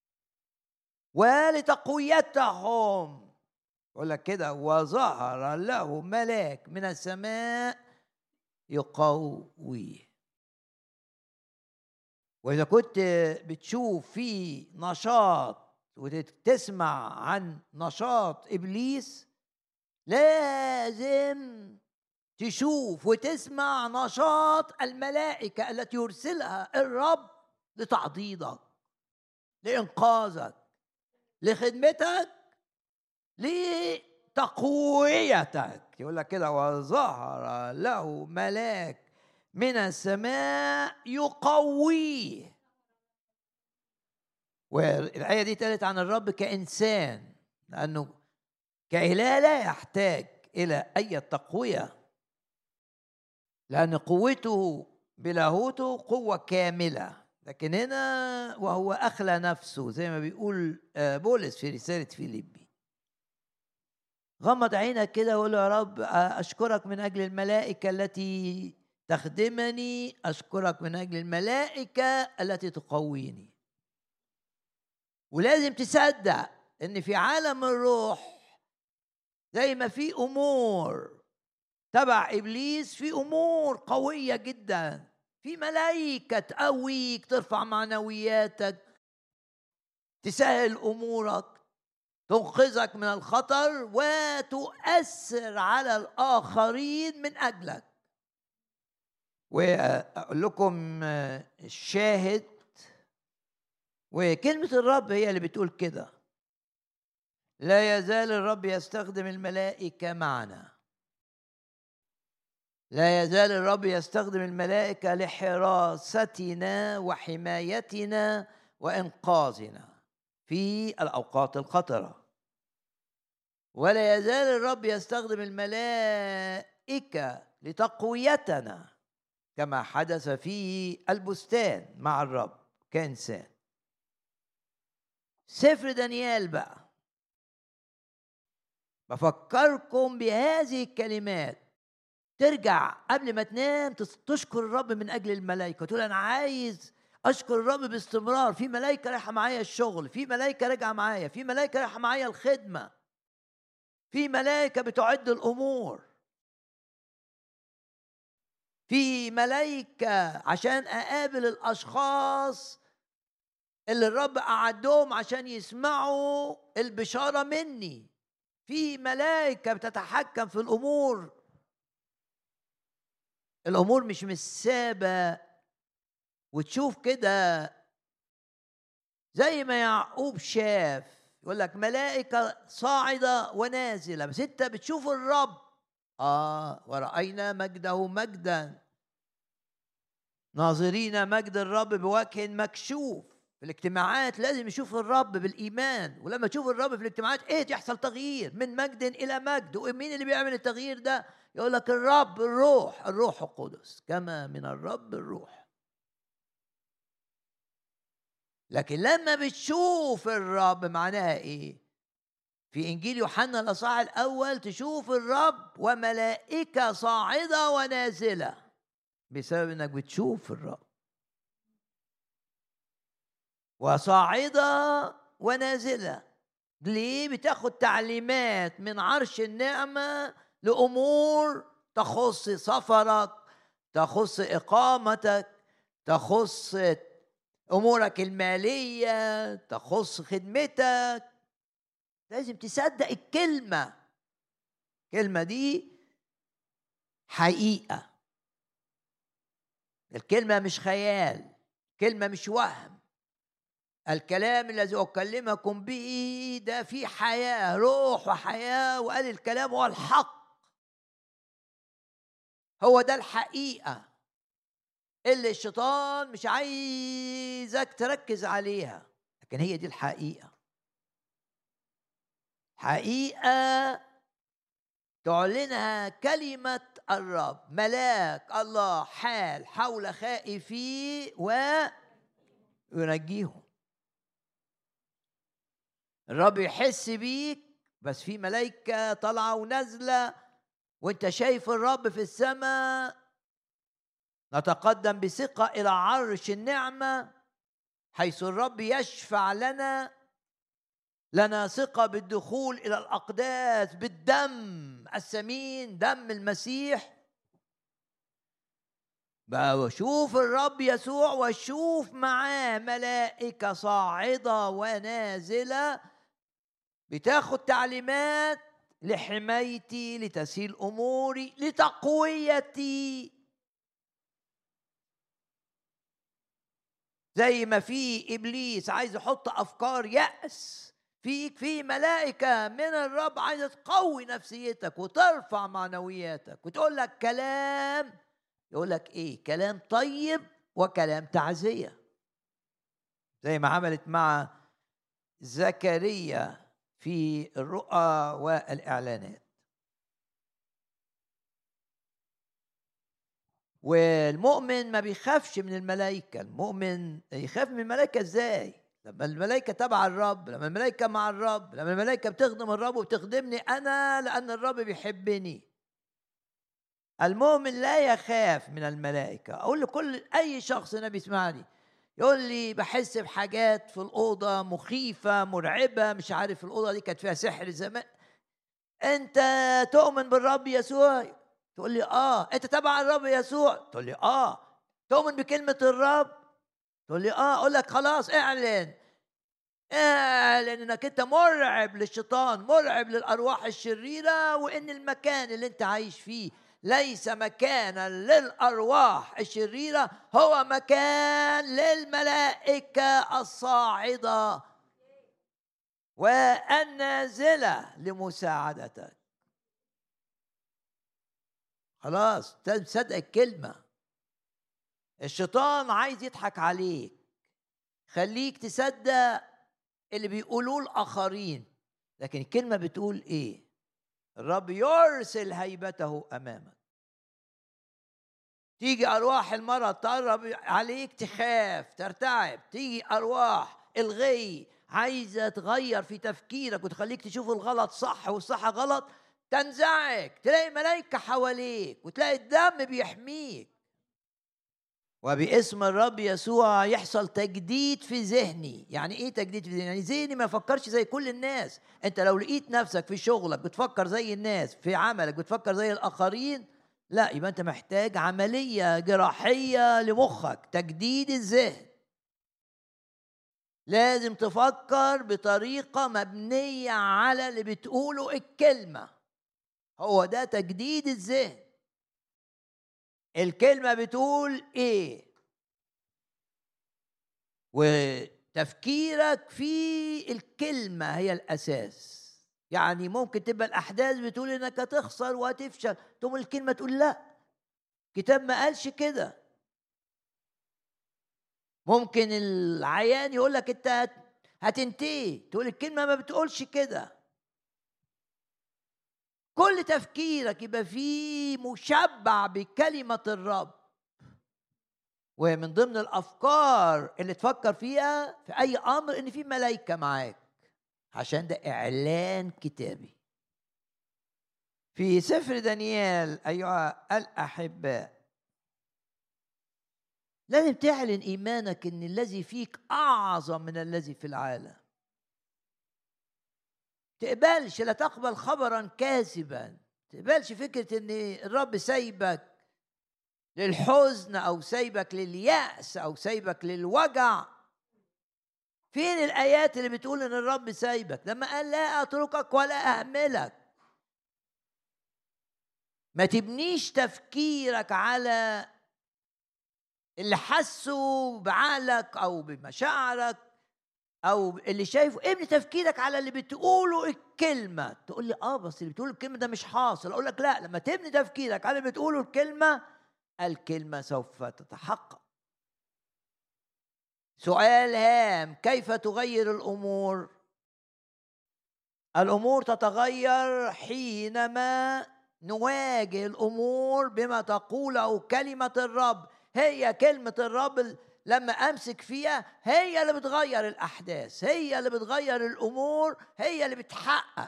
ولتقويتهم. يقول لك كده وظهر له ملاك من السماء يقويه. وإذا كنت بتشوف في نشاط وتسمع عن نشاط إبليس، لازم تشوف وتسمع نشاط الملائكة التي يرسلها الرب لتعضيدك، لإنقاذك، لخدمتك، لتقويتك. يقول لك كده وظهر له ملاك من السماء يقويه. والآية دي اتقالت عن الرب كإنسان، لأنه كإله لا يحتاج إلى أي تقوية، لأن قوته بلاهوته قوة كاملة. لكن هنا وهو أخلى نفسه زي ما بيقول بولس في رسالة فيليبي. غمض عينك كده وقول يا رب أشكرك من أجل الملائكة التي تخدمني، أشكرك من أجل الملائكة التي تقويني. ولازم تصدق إن في عالم الروح زي ما في أمور تبع إبليس في أمور قوية جدا، في ملائكة تقويك، ترفع معنوياتك، تسهل أمورك، تنقذك من الخطر وتؤثر على الآخرين من أجلك. وأقول لكم الشاهد، وكلمة الرب هي اللي بتقول كده: لا يزال الرب يستخدم الملائكة معنا. لا يزال الرب يستخدم الملائكة لحراستنا وحمايتنا وإنقاذنا في الأوقات الخطرة. ولا يزال الرب يستخدم الملائكة لتقويتنا كما حدث في البستان مع الرب كإنسان. سفر دانيال بقى بفكركم بهذه الكلمات، ترجع قبل ما تنام تشكر الرب من أجل الملائكة، تقول أنا عايز أشكر الرب باستمرار. في ملائكة رايحة معايا الشغل، في ملائكة راجعة معايا، في ملائكة رايحة معايا الخدمة، في ملائكة بتعد الأمور، في ملائكة عشان أقابل الأشخاص اللي الرب أعدهم عشان يسمعوا البشارة مني، في ملائكة بتتحكم في الأمور. الأمور مش مسابة، وتشوف كده زي ما يعقوب شاف، يقول لك ملائكة صاعدة ونازلة، بس انت بتشوف الرب. ورأينا مجده مجدا، ناظرين مجد الرب بوجه مكشوف. في الاجتماعات لازم يشوف الرب بالإيمان، ولما تشوف الرب في الاجتماعات يحصل تغيير من مجد إلى مجد. ومين اللي بيعمل التغيير ده؟ يقول لك الرب، الروح القدس، كما من الرب الروح. لكن لما بتشوف الرب معناها ايه؟ في انجيل يوحنا الاصحاح الاول تشوف الرب وملائكه صاعده ونازله، بسبب انك بتشوف الرب. وصاعده ونازله ليه؟ بتاخد تعليمات من عرش النعمه لامور تخص سفرك، تخص اقامتك، تخص امورك الماليه، تخص خدمتك. لازم تصدق الكلمه دي حقيقه. الكلمه مش خيال، الكلمه مش وهم. الكلام الذي اكلمكم به ده فيه حياه، روح وحياه. وقال الكلام هو الحق، هو ده الحقيقه اللي الشيطان مش عايزك تركز عليها، لكن هي دي الحقيقه. حقيقة تعلنها كلمة الرب. ملاك الله حال حول خائفي وينجيهم. الرب يحس بيك، بس في ملائكة طالعة ونازلة وانت شايف الرب في السماء. نتقدم بثقة إلى عرش النعمة حيث الرب يشفع لنا ثقة بالدخول إلى الأقداس بالدم الثمين، دم المسيح. بقى وشوف الرب يسوع وشوف معاه ملائكة صاعدة ونازلة بتاخد تعليمات لحمايتي، لتسهيل أموري، لتقويتي. زي ما في إبليس عايز يحط أفكار يأس فيك، في ملائكة من الرب عايزة تقوي نفسيتك وترفع معنوياتك وتقول لك كلام. يقول لك ايه؟ كلام طيب وكلام تعزية، زي ما عملت مع زكريا في الرؤى والإعلانات. والمؤمن ما بيخافش من الملائكة. المؤمن يخاف من الملائكة ازاي؟ لما الملائكة تبع الرب، لما الملائكة مع الرب، لما الملائكة بتخدم الرب وبتخدمني أنا لأن الرب بيحبني. المؤمن لا يخاف من الملائكة. أقول لكل أي شخص أنا بيسمعني يقول لي بحس بحاجات في الأوضة مخيفة مرعبة، مش عارف الأوضة دي كانت فيها سحر زمان. أنت تؤمن بالرب يسوع، تقول لي انت تبع الرب يسوع؟ تقول لي تؤمن بكلمة الرب؟ تقول لي اقول لك خلاص اعلن انك انت مرعب للشيطان، مرعب للارواح الشريره، وان المكان اللي انت عايش فيه ليس مكانا للارواح الشريره، هو مكان للملائكه الصاعده والنازله لمساعدتك. خلاص تصدق الكلمه. الشيطان عايز يضحك عليك، خليك تصدق اللي بيقولوه الآخرين، لكن الكلمة بتقول إيه؟ الرب يرسل هيبته أمامك. تيجي أرواح المرض تقرب عليك تخاف ترتعب، تيجي أرواح الغي عايزة تغير في تفكيرك وتخليك تشوف الغلط صح والصح غلط، تنزعج، تلاقي ملائكة حواليك وتلاقي الدم بيحميك. وباسم الرب يسوع يحصل تجديد في ذهني. يعني ايه تجديد في ذهني؟ يعني ذهني ما يفكرش زي كل الناس. انت لو لقيت نفسك في شغلك بتفكر زي الناس، في عملك بتفكر زي الاخرين، لا، يبقى انت محتاج عملية جراحية لمخك، تجديد الذهن. لازم تفكر بطريقة مبنية على اللي بتقوله الكلمة، هو ده تجديد الذهن. الكلمة بتقول ايه وتفكيرك في الكلمة هي الأساس. يعني ممكن تبقى الأحداث بتقول إنك هتخسر وهتفشل، ثم الكلمة تقول لا، كتاب ما قالش كده. ممكن العيان يقول لك أنت هتنتهي، تقول الكلمة ما بتقولش كده. كل تفكيرك يبقى فيه مشبع بكلمة الرب. ومن ضمن الأفكار اللي تفكر فيها في أي أمر إن في ملائكة معاك، عشان ده إعلان كتابي. في سفر دانيال أيها الأحباء، لازم تعلن إيمانك إن الذي فيك أعظم من الذي في العالم. تقبلش، لا تقبل خبرا كاذبا. تقبلش فكرة إن الرب سايبك للحزن أو سايبك لليأس أو سايبك للوجع. فين الآيات اللي بتقول إن الرب سايبك؟ لما قال لا أتركك ولا أهملك. ما تبنيش تفكيرك على اللي حسه بعقلك أو بمشاعرك أو اللي شايفه. ابني تفكيرك على اللي بتقوله الكلمة. تقول لي بس اللي بتقوله الكلمة ده مش حاصل. أقول لك لا، لما تبني تفكيرك على اللي بتقوله الكلمة سوف تتحقق. سؤال هام: كيف تغير الأمور؟ الأمور تتغير حينما نواجه الأمور بما تقوله كلمة الرب. هي كلمة الرب لما أمسك فيها هي اللي بتغير الأحداث، هي اللي بتغير الأمور، هي اللي بتحقق.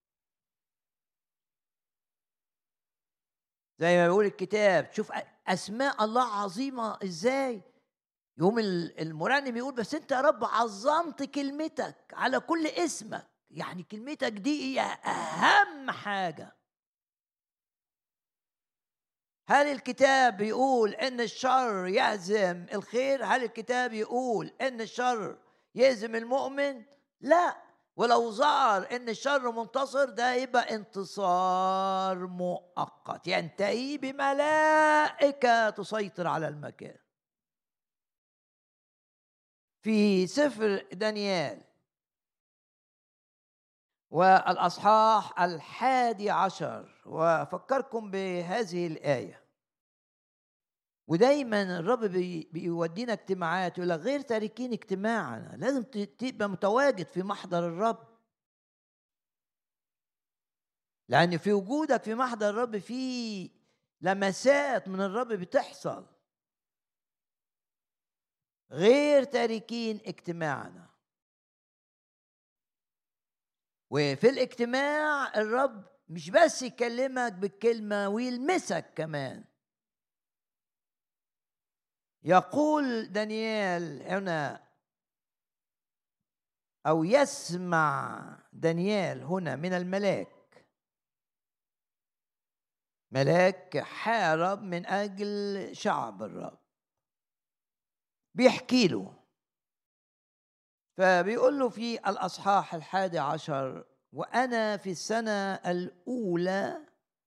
زي ما بيقول الكتاب، شوف أسماء الله عظيمة إزاي. يوم المرنم يقول بس أنت يا رب عظمت كلمتك على كل اسمك. يعني كلمتك دي هي أهم حاجة. هل الكتاب يقول ان الشر يهزم الخير؟ هل الكتاب يقول ان الشر يهزم المؤمن؟ لا. ولو ظهر ان الشر منتصر، ده يبقى انتصار مؤقت ينتهي بملائكة تسيطر على المكان. في سفر دانيال والأصحاح 11، وأفكركم بهذه الآية. ودايما الرب بيودينا اجتماعات يقول لك غير تاركين اجتماعنا. لازم تبقى متواجد في محضر الرب، لأن في وجودك في محضر الرب في لمسات من الرب بتحصل. غير تاركين اجتماعنا. وفي الاجتماع الرب مش بس يكلمك بالكلمة ويلمسك كمان. يقول دانيال هنا، أو يسمع دانيال هنا من الملاك ملاك حارب من أجل شعب الرب، بيحكي له، فبيقول له في الأصحاح 11: وأنا في السنة الأولى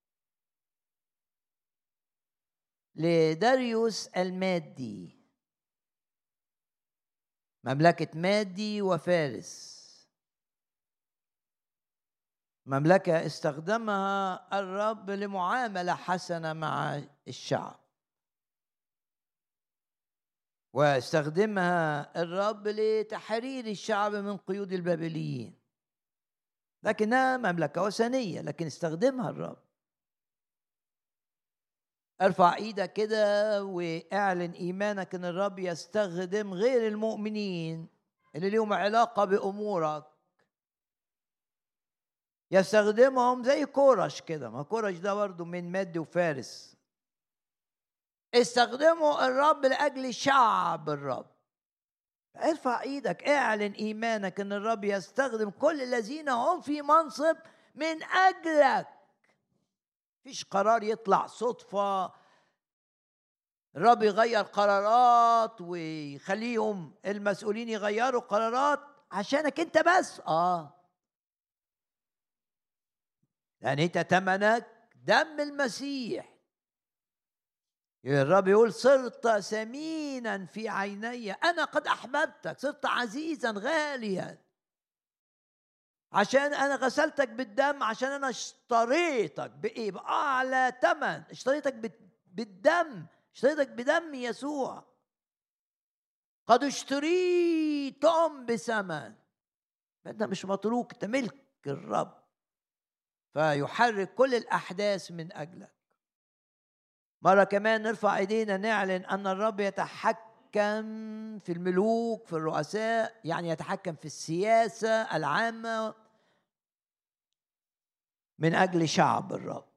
لداريوس المادي، مملكة مادي وفارس، مملكة استخدمها الرب لمعاملة حسنة مع الشعب، واستخدمها الرب لتحرير الشعب من قيود البابليين، لكنها مملكة وثنية لكن استخدمها الرب. ارفع ايدك كده واعلن ايمانك ان الرب يستخدم غير المؤمنين اللي لهم علاقة بأمورك، يستخدمهم زي كورش كده. ما كورش ده برضه من مادي وفارس. استخدموا الرب لأجل شعب الرب. ارفع ايدك، اعلن ايمانك ان الرب يستخدم كل الذين هم في منصب من اجلك. مفيش قرار يطلع صدفة الرب يغير قرارات ويخليهم المسؤولين يغيروا قرارات عشانك انت بس. يعني انت تمنك دم المسيح. الرب يقول صرت ثمينا في عيني، انا قد احببتك، صرت عزيزا غاليا عشان انا غسلتك بالدم، عشان انا اشتريتك بايه؟ باعلى ثمن. اشتريتك بالدم، اشتريتك بدم يسوع. قد اشتريتم بثمن. انت مش متروك، انت ملك الرب، فيحرك كل الاحداث من اجلك. مرة كمان نرفع ايدينا نعلن ان الرب يتحكم في الملوك، في الرؤساء، يعني يتحكم في السياسة العامة من اجل شعب الرب.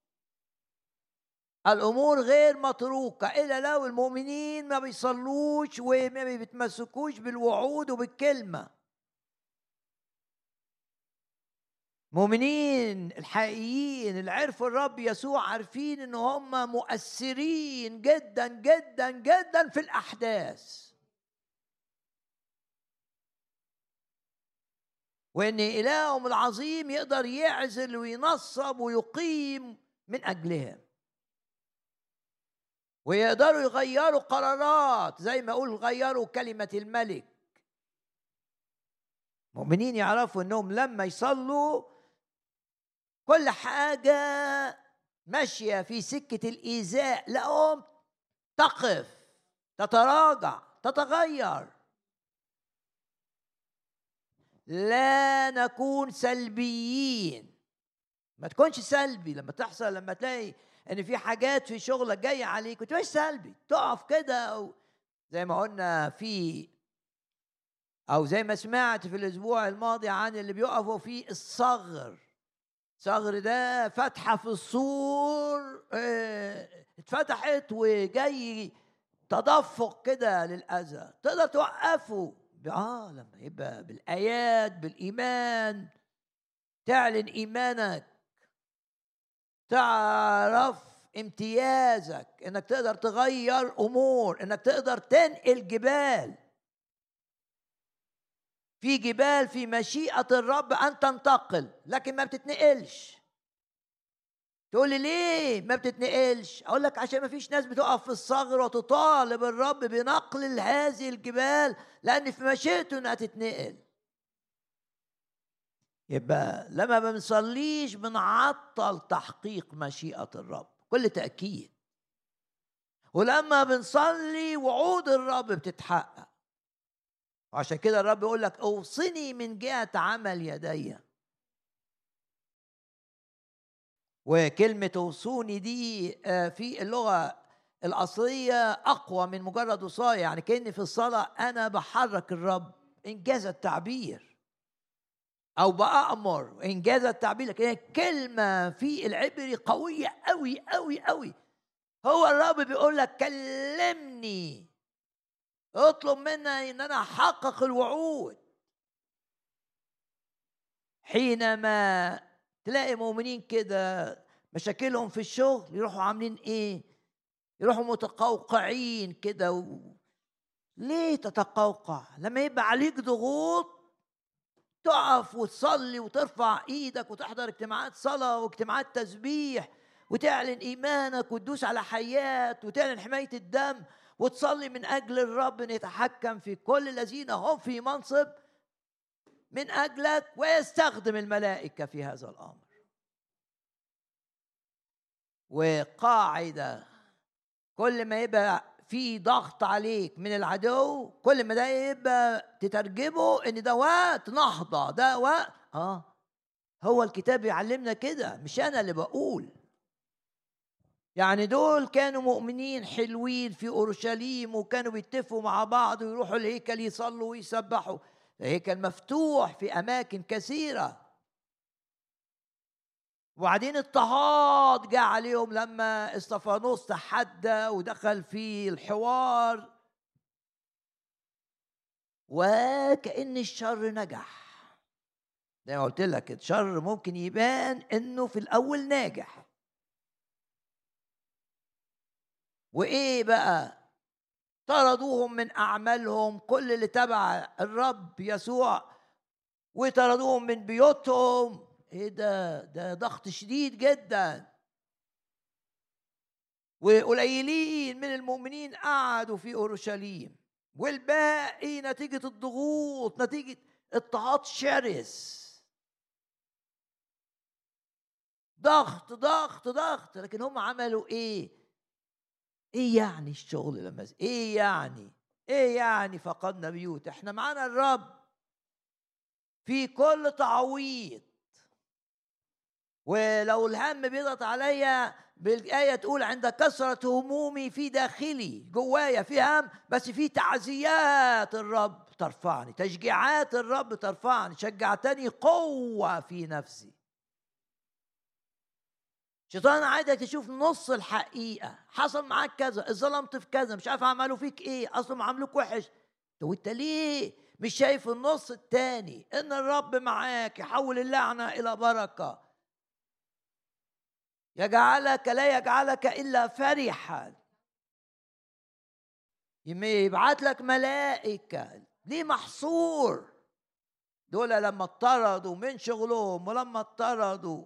الامور غير متروكة الا لو المؤمنين ما بيصلوش وما بيتمسكوش بالوعود وبالكلمة. مؤمنين الحقيقيين اللي عرفوا الرب يسوع عارفين ان هم مؤثرين جدا جدا جدا في الاحداث، وان الههم العظيم يقدر يعزل وينصب ويقيم من اجلهم، ويقدروا يغيروا قرارات زي ما اقول غيروا كلمة الملك. مؤمنين يعرفوا انهم لما يصلوا كل حاجة ماشية في سكة الإيذاء لهم تقف، تتراجع، تتغير. لا نكون سلبيين. ما تكونش سلبي لما تحصل، لما تلاقي ان في حاجات في شغلك جايه عليك، وتبقاش سلبي، تقف كده. أو زي ما قلنا او زي ما سمعت في الاسبوع الماضي عن اللي بيقفوا في الصغر. الصغر ده فتحه في السور اتفتحت وجاي تدفق كده للاذى، تقدر توقفه لما يبقى بالايات، بالايمان، تعلن ايمانك، تعرف امتيازك، انك تقدر تغير امور، انك تقدر تنقل جبال. في جبال في مشيئة الرب ان تنتقل لكن ما بتتنقلش. تقول لي ليه ما بتتنقلش؟ اقول لك عشان ما فيش ناس بتقف في الصغر وتطالب الرب بنقل هذه الجبال، لان في مشيئته انها تتنقل. يبقى لما بنصليش بنعطل تحقيق مشيئة الرب كل تأكيد، ولما بنصلي وعود الرب بتتحقق. وعشان كده الرب يقول لك اوصني من جهة عمل يدي. وكلمة اوصوني دي في اللغة الأصلية أقوى من مجرد وصاية، يعني كأني في الصلاة أنا بحرك الرب إنجاز التعبير، أو بأمر إنجاز التعبير. لكن هي كلمة في العبري قوية أوي أوي أوي. هو الرب بيقول لك كلمني، اطلب مني ان انا احقق الوعود. حينما تلاقي مؤمنين كده مشاكلهم في الشغل يروحوا عاملين ايه؟ يروحوا متقوقعين كده ليه تتقوقع؟ لما يبقى عليك ضغوط تقف وتصلي وترفع ايدك وتحضر اجتماعات صلاة واجتماعات تسبيح وتعلن ايمانك وتدوس على حيات وتعلن حماية الدم وتصلي من اجل الرب ان يتحكم في كل الذين هم في منصب من اجلك ويستخدم الملائكة في هذا الامر. وقاعدة، كل ما يبقى في ضغط عليك من العدو كل ما ده يبقى تترجمه ان ده وقت نهضة، ده وقت هو الكتاب يعلمنا كده، مش انا اللي بقول. يعني دول كانوا مؤمنين حلوين في اورشليم وكانوا بيتفقوا مع بعض ويروحوا الهيكل يصلوا ويسبحوا، الهيكل مفتوح في اماكن كثيرة. وبعدين اضطهاد جاء عليهم لما استفانوس تحدى ودخل في الحوار، وكأن الشر نجح. زي ما قلت لك الشر ممكن يبان انه في الاول ناجح. وايه بقى؟ طردوهم من اعمالهم كل اللي تبع الرب يسوع، وطردوهم من بيوتهم. ايه ده ضغط شديد جدا. وقليلين من المؤمنين قعدوا في اورشليم، والباقي نتيجة الضغوط، نتيجة اضطهاد شرس، ضغط ضغط ضغط. لكن هم عملوا ايه يعني الشغل لما ايه يعني فقدنا بيوت؟ احنا معانا الرب في كل تعويض. ولو الهم بيضغط عليا بالآية تقول عند كثرة همومي في داخلي، جوايا في هم بس في تعزيات الرب ترفعني، تشجيعات الرب ترفعني، شجعتني قوة في نفسي. شيطان عايزك تشوف نص الحقيقة، حصل معاك كذا، اتظلمت في كذا، مش عارف عملوا فيك ايه، اصلا عملوك وحش. وانت ليه مش شايف النص التاني؟ ان الرب معاك يحول اللعنة الى بركة، يجعلك لا يجعلك إلا فرحا، يبعت لك ملائكة. ليه محصور؟ دول لما اطردوا من شغلهم ولما اطردوا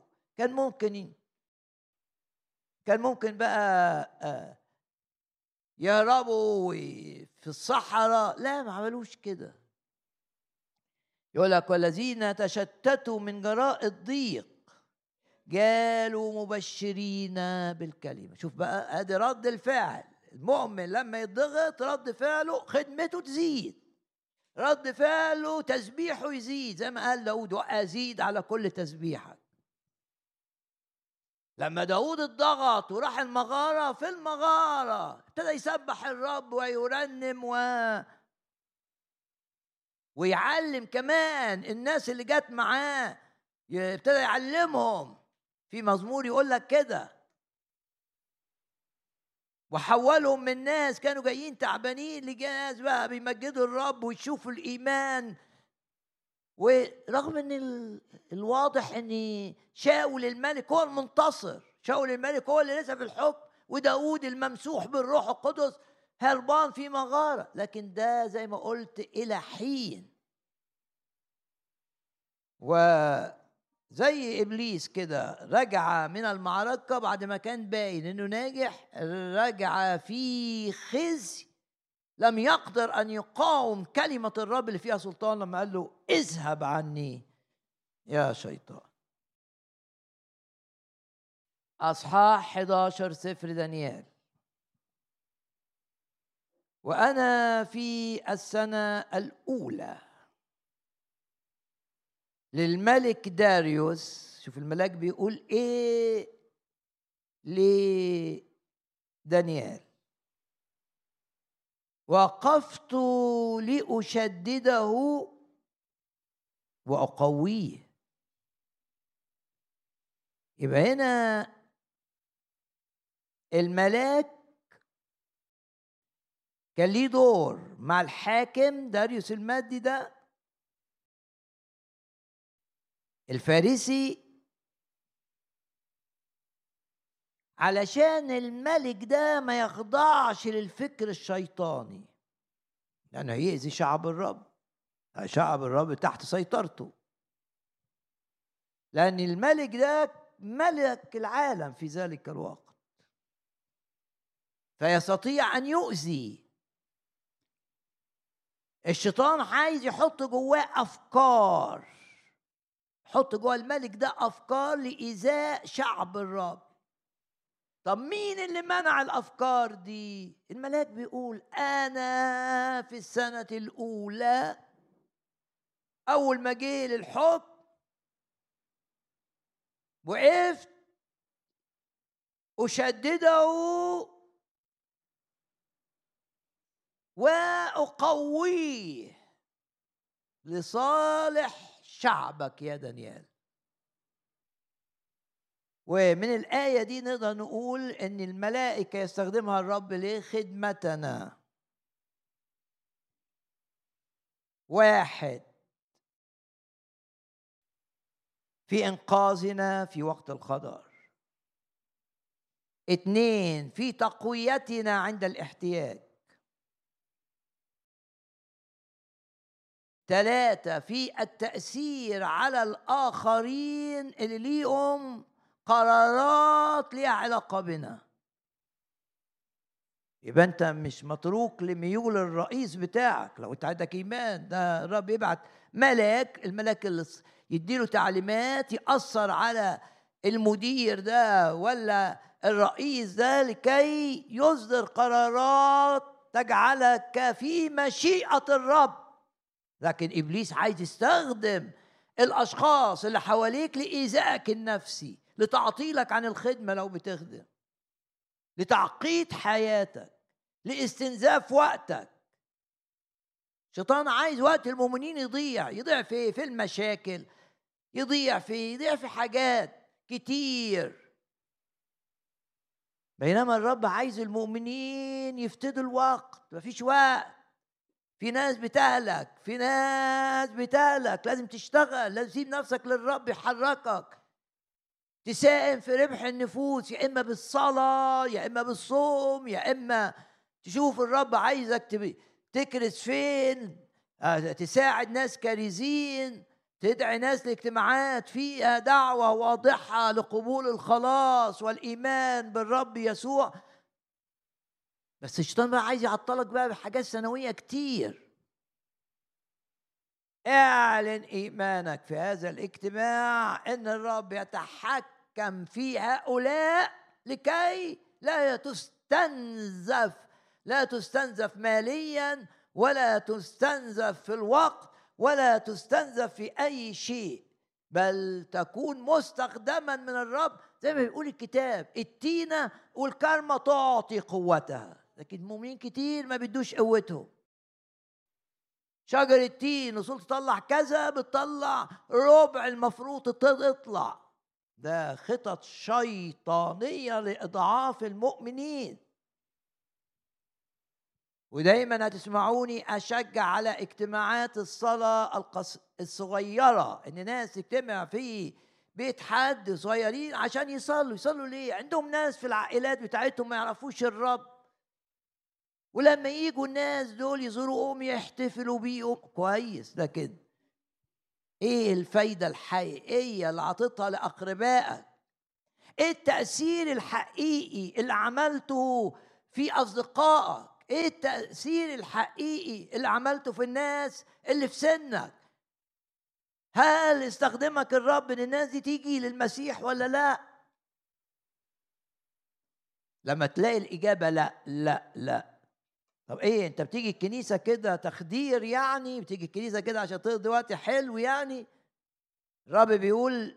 كان ممكن بقى يهربوا في الصحراء. لا، ما عملوش كده. يقول لك والذين تشتتوا من جراء الضيق جالوا مبشرين بالكلمة. شوف بقى، ادي رد الفعل. المؤمن لما يضغط رد فعله خدمته تزيد، رد فعله تسبيحه يزيد، زي ما قال داود وأزيد على كل تسبيحك. لما داود اتضغط وراح المغارة، في المغارة ابتدى يسبح الرب ويرنم ويعلم كمان الناس اللي جت معاه، ابتدى يعلمهم. في مزمور يقول لك كده، وحولهم من ناس كانوا جايين تعبانين لناس بقى بيمجدوا الرب ويشوفوا الإيمان. ورغم ان الواضح ان شاول الملك هو المنتصر، شاول الملك هو اللي لسه في الحكم، وداود الممسوح بالروح القدس هربان في مغارة، لكن ده زي ما قلت إلى حين. وزي إبليس كده رجع من المعركة بعد ما كان باين إنه ناجح، رجع في خزي، لم يقدر أن يقاوم كلمة الرب اللي فيها سلطان لما قال له اذهب عني يا شيطان. أصحاح 11 سفر دانيال. وأنا في السنة الأولى للملك داريوس، شوف الملاك بيقول إيه لدانيال، وقفت لأشدده وأقويه. يبقى هنا الملاك كان ليه دور مع الحاكم داريوس المادي ده الفارسي، علشان الملك ده ما يخضعش للفكر الشيطاني، لأنه هيأذي شعب الرب. شعب الرب تحت سيطرته، لأن الملك ده ملك العالم في ذلك الوقت، فيستطيع أن يؤذي. الشيطان عايز يحط جواه أفكار، يحط جوه الملك ده أفكار لإيذاء شعب الرب. طب مين اللي منع الأفكار دي؟ الملاك بيقول أنا في السنة الأولى أول ما جه للحكم وقفت أشدده وأقويه لصالح شعبك يا دانيال. ومن الآية دي نقدر نقول إن الملائكة يستخدمها الرب لخدمتنا. واحد، في إنقاذنا في وقت الخطر. اثنين، في تقويتنا عند الاحتياج. ثلاثة، في التأثير على الآخرين اللي ليهم قرارات ليها علاقة بنا. يبقى أنت مش متروك لميول الرئيس بتاعك. لو أنت عندك إيمان، ده الرب يبعت ملاك، الملاك اللي يديله تعليمات يأثر على المدير ده ولا الرئيس ده لكي يصدر قرارات تجعلك في مشيئة الرب. لكن إبليس عايز يستخدم الأشخاص اللي حواليك لإيذائك النفسي، لتعطيلك عن الخدمة لو بتخدم، لتعقيد حياتك، لاستنزاف وقتك. الشيطان عايز وقت المؤمنين يضيع في ايه؟ في المشاكل، يضيع في حاجات كتير، بينما الرب عايز المؤمنين يفتدوا الوقت. مفيش وقت، في ناس بتهلك، لازم تشتغل، لازم تسيب نفسك للرب يحركك، تساهم في ربح النفوس، يا إما بالصلاة يا إما بالصوم، يا إما تشوف الرب عايزك تكرس فين، تساعد ناس كارزين، تدعي ناس لاجتماعات فيها دعوة واضحة لقبول الخلاص والإيمان بالرب يسوع. بس الشيطان بقى عايز يعطلك بقى بحاجات ثانوية كتير. اعلن إيمانك في هذا الاجتماع إن الرب يتحكم في هؤلاء لكي لا تستنزف ماليا، ولا تستنزف في الوقت، ولا تستنزف في أي شيء، بل تكون مستخدما من الرب. زي ما بيقول الكتاب، التينة والكرمة تعطي قوتها، لكن المؤمنين كتير ما بيدوش قوتهم. شجر التين وصلت تطلع كذا، بتطلع ربع المفروض تطلع. ده خطط شيطانية لإضعاف المؤمنين. ودايما هتسمعوني أشجع على اجتماعات الصلاة الصغيرة، إن ناس تجتمع في بيت حد صغيرين عشان يصلوا ليه؟ عندهم ناس في العائلات بتاعتهم ما يعرفوش الرب، ولما يجوا الناس دول يزوروهم يحتفلوا بيهم كويس، لكن ايه الفايدة الحقيقية اللي عطيتها لأقربائك؟ ايه التأثير الحقيقي اللي عملته في أصدقائك؟ ايه التأثير الحقيقي اللي عملته في الناس اللي في سنك؟ هل استخدمك الرب ان الناس دي تيجي للمسيح ولا لا؟ لما تلاقي الإجابة لا لا لا، طب ايه، انت بتيجي الكنيسة كده تخدير يعني؟ بتيجي الكنيسة كده عشان تقضي وقت حلو يعني؟ الرب بيقول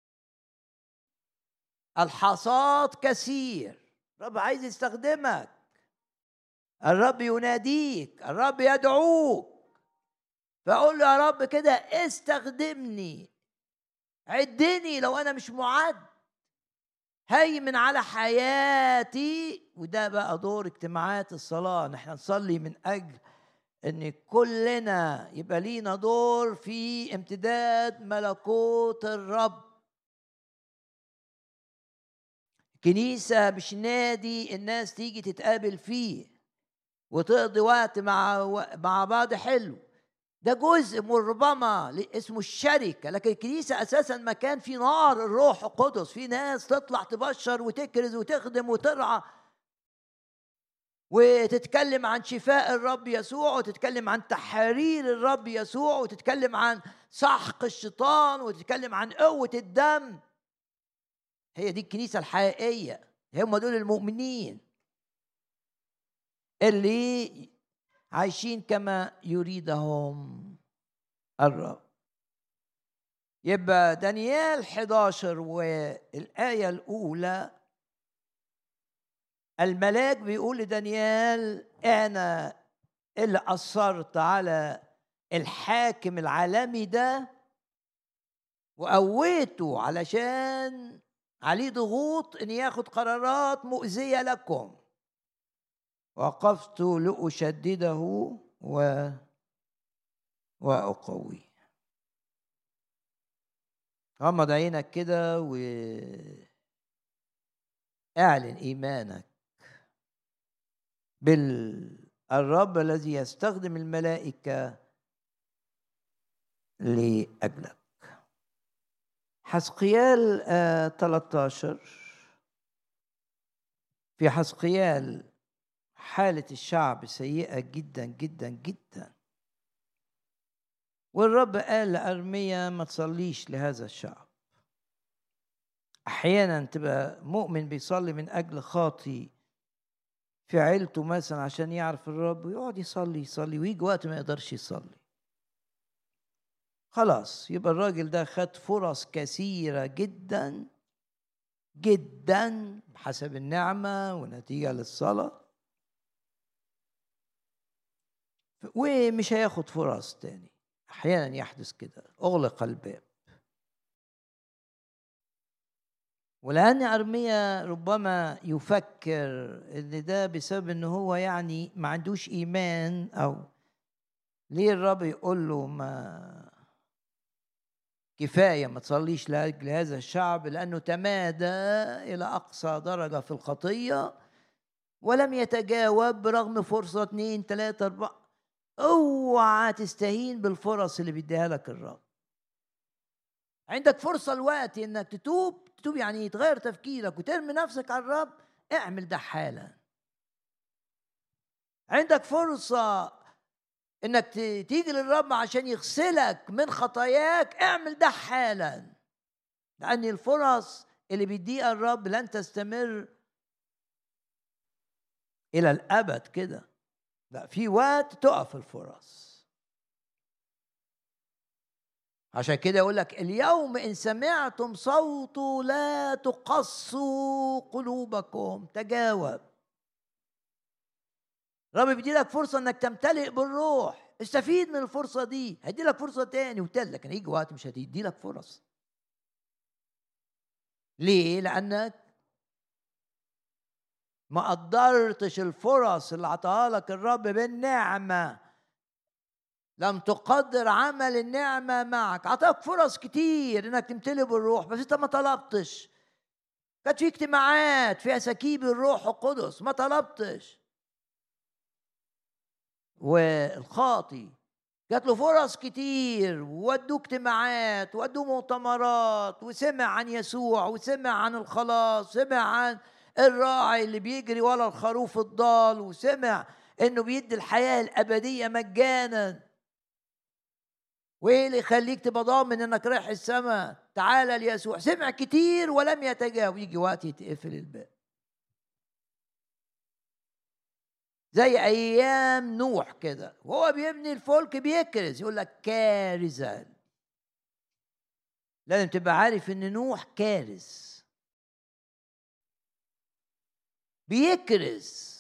الحصاد كثير، الرب عايز يستخدمك، الرب يناديك، الرب يدعوك، فأقول له يا رب كده استخدمني، عدني لو أنا مش معد، هيمن على حياتي. وده بقى دور اجتماعات الصلاة، نحن نصلي من أجل ان كلنا يبقى لينا دور في امتداد ملكوت الرب. كنيسة مش نادي الناس تيجي تتقابل فيه وتقضي وقت مع بعض حلو، ده جزء من ربما اسمه الشركة. لكن الكنيسة أساسا مكان فيه نار الروح القدس، فيه ناس تطلع تبشر وتكرز وتخدم وترعى وتتكلم عن شفاء الرب يسوع، وتتكلم عن تحرير الرب يسوع، وتتكلم عن سحق الشيطان، وتتكلم عن قوة الدم. هي دي الكنيسة الحقيقية، هم دول المؤمنين اللي عايشين كما يريدهم الرب. يبقى دانيال 11 والآية الأولى، الملاك بيقول لدانيال أنا اللي أصرت على الحاكم العالمي ده وقويته علشان عليه ضغوط إن ياخد قرارات مؤذية لكم، وقفت لأشدده وأقويه. غمض عينك كده واعلن إيمانك بالرب الذي يستخدم الملائكة لأجلك. حزقيال 13. في حزقيال حالة الشعب سيئة جدا جدا جدا، والرب قال لأرميا ما تصليش لهذا الشعب. أحيانا تبقى مؤمن بيصلي من أجل خاطي في عيلته مثلا عشان يعرف الرب، ويقعد يصلي يصلي ويجي وقت ما يقدرش يصلي، خلاص يبقى الراجل ده خد فرص كثيرة جدا جدا حسب النعمة ونتيجة للصلاة، ومش هياخد فرص تاني. أحيانا يحدث كده، أغلق الباب. ولأن أرميا ربما يفكر إن ده بسبب إن هو يعني ما عندوش إيمان، أو ليه الرب يقول له ما كفاية ما تصليش لأجل هذا الشعب، لأنه تمادى إلى أقصى درجة في الخطية ولم يتجاوب برغم فرصة 2 3 4. اوعى تستهين بالفرص اللي بيديها لك الرب. عندك فرصة الوقت انك تتوب يعني يتغير تفكيرك وترمي نفسك على الرب، اعمل ده حالا. عندك فرصة انك تيجي للرب عشان يغسلك من خطاياك، اعمل ده حالا، لأن الفرص اللي بيديها الرب لن تستمر إلى الأبد كده، لا، في وقت تقف الفرص. عشان كده يقول لك اليوم إن سمعتم صوته لا تقسوا قلوبكم. تجاوب. رب بيدي لك فرصة انك تمتلئ بالروح، استفيد من الفرصة دي. هيدي لك فرصة تاني وتالت، لكن هيجي وقت مش هتدي لك فرص. ليه؟ لأنك ما قدرتش الفرص اللي عطاها لك الرب بالنعمة، لم تقدر عمل النعمة معك. عطاك فرص كتير انك تمتلئ بالروح، بس انت ما طلبتش. كانت في اجتماعات فيها سكيب الروح القدس، ما طلبتش. والخاطي جات له فرص كتير، وودوه اجتماعات وودوه مؤتمرات، وسمع عن يسوع وسمع عن الخلاص، سمع عن الراعي اللي بيجري ورا الخروف الضال، وسمع انه بيدي الحياة الأبدية مجانا. وايه اللي يخليك تبقى ضامن انك رايح السماء؟ تعالى ليسوع. سمع كتير ولم يتجاوب، يجي وقت يتقفل الباب. زي ايام نوح كده، وهو بيبني الفلك بيكرز، يقول لك كارزا. لازم تبقى عارف ان نوح كارز، بيكرز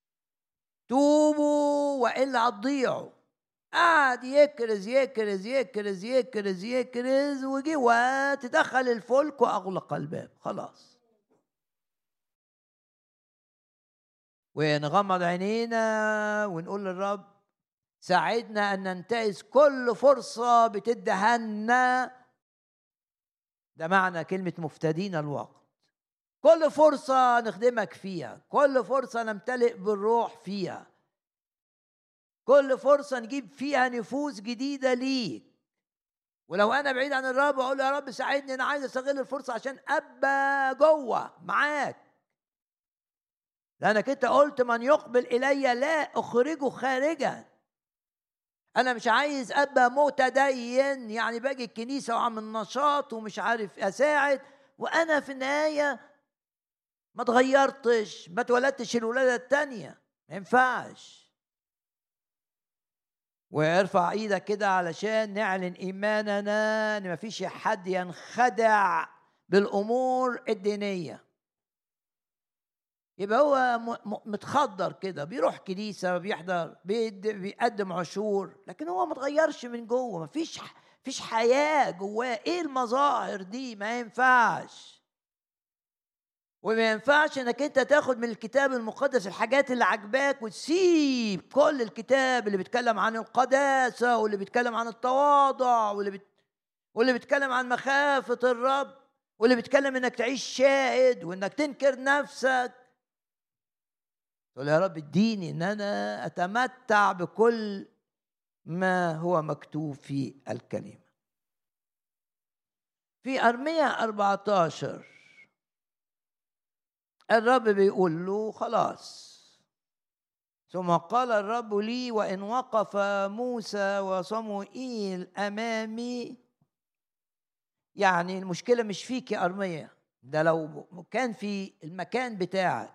توبوا والا هتضيعوا. قعد يكرز يكرز يكرز يكرز يكرز، وجي وقت دخل الفلك واغلق الباب، خلاص. ونغمض عينينا ونقول للرب ساعدنا ان ننتهز كل فرصة بتدهنا. ده معنى كلمة مفتدين الوقت. كل فرصة نخدمك فيها، كل فرصة نمتلئ بالروح فيها، كل فرصة نجيب فيها نفوس جديدة ليك. ولو أنا بعيد عن الرب أقول يا رب ساعدني، أنا عايز أستغل الفرصة عشان أبقى جوه معاك، لأنك أنت قلت من يقبل إلي لا أخرجه خارجا. أنا مش عايز أبقى متدين، يعني باجي الكنيسة وعامل نشاط ومش عارف أساعد، وأنا في النهاية ما اتغيرتش، ما اتولدتش الولادة التانية. ما ينفعش. وارفع ايدك كده علشان نعلن ايماننا ان ما فيش حد ينخدع بالامور الدينيه. يبقى هو متخدر كده، بيروح كنيسه، بيحضر، بيقدم عشور، لكن هو ما اتغيرش من جوه، ما فيش حياه جواه. ايه المظاهر دي؟ ما ينفعش. وما ينفعش انك انت تاخد من الكتاب المقدس الحاجات اللي عجباك وتسيب كل الكتاب اللي بيتكلم عن القداسة واللي بيتكلم عن التواضع واللي بيتكلم عن مخافة الرب واللي بيتكلم انك تعيش شاهد وانك تنكر نفسك. تقول يا رب اديني ان انا اتمتع بكل ما هو مكتوب في الكلمة. في أرمية 14 الرب بيقول له خلاص. ثم قال الرب لي وإن وقف موسى وصموئيل أمامي، يعني المشكلة مش فيك يا أرمية، ده لو كان في المكان بتاعك.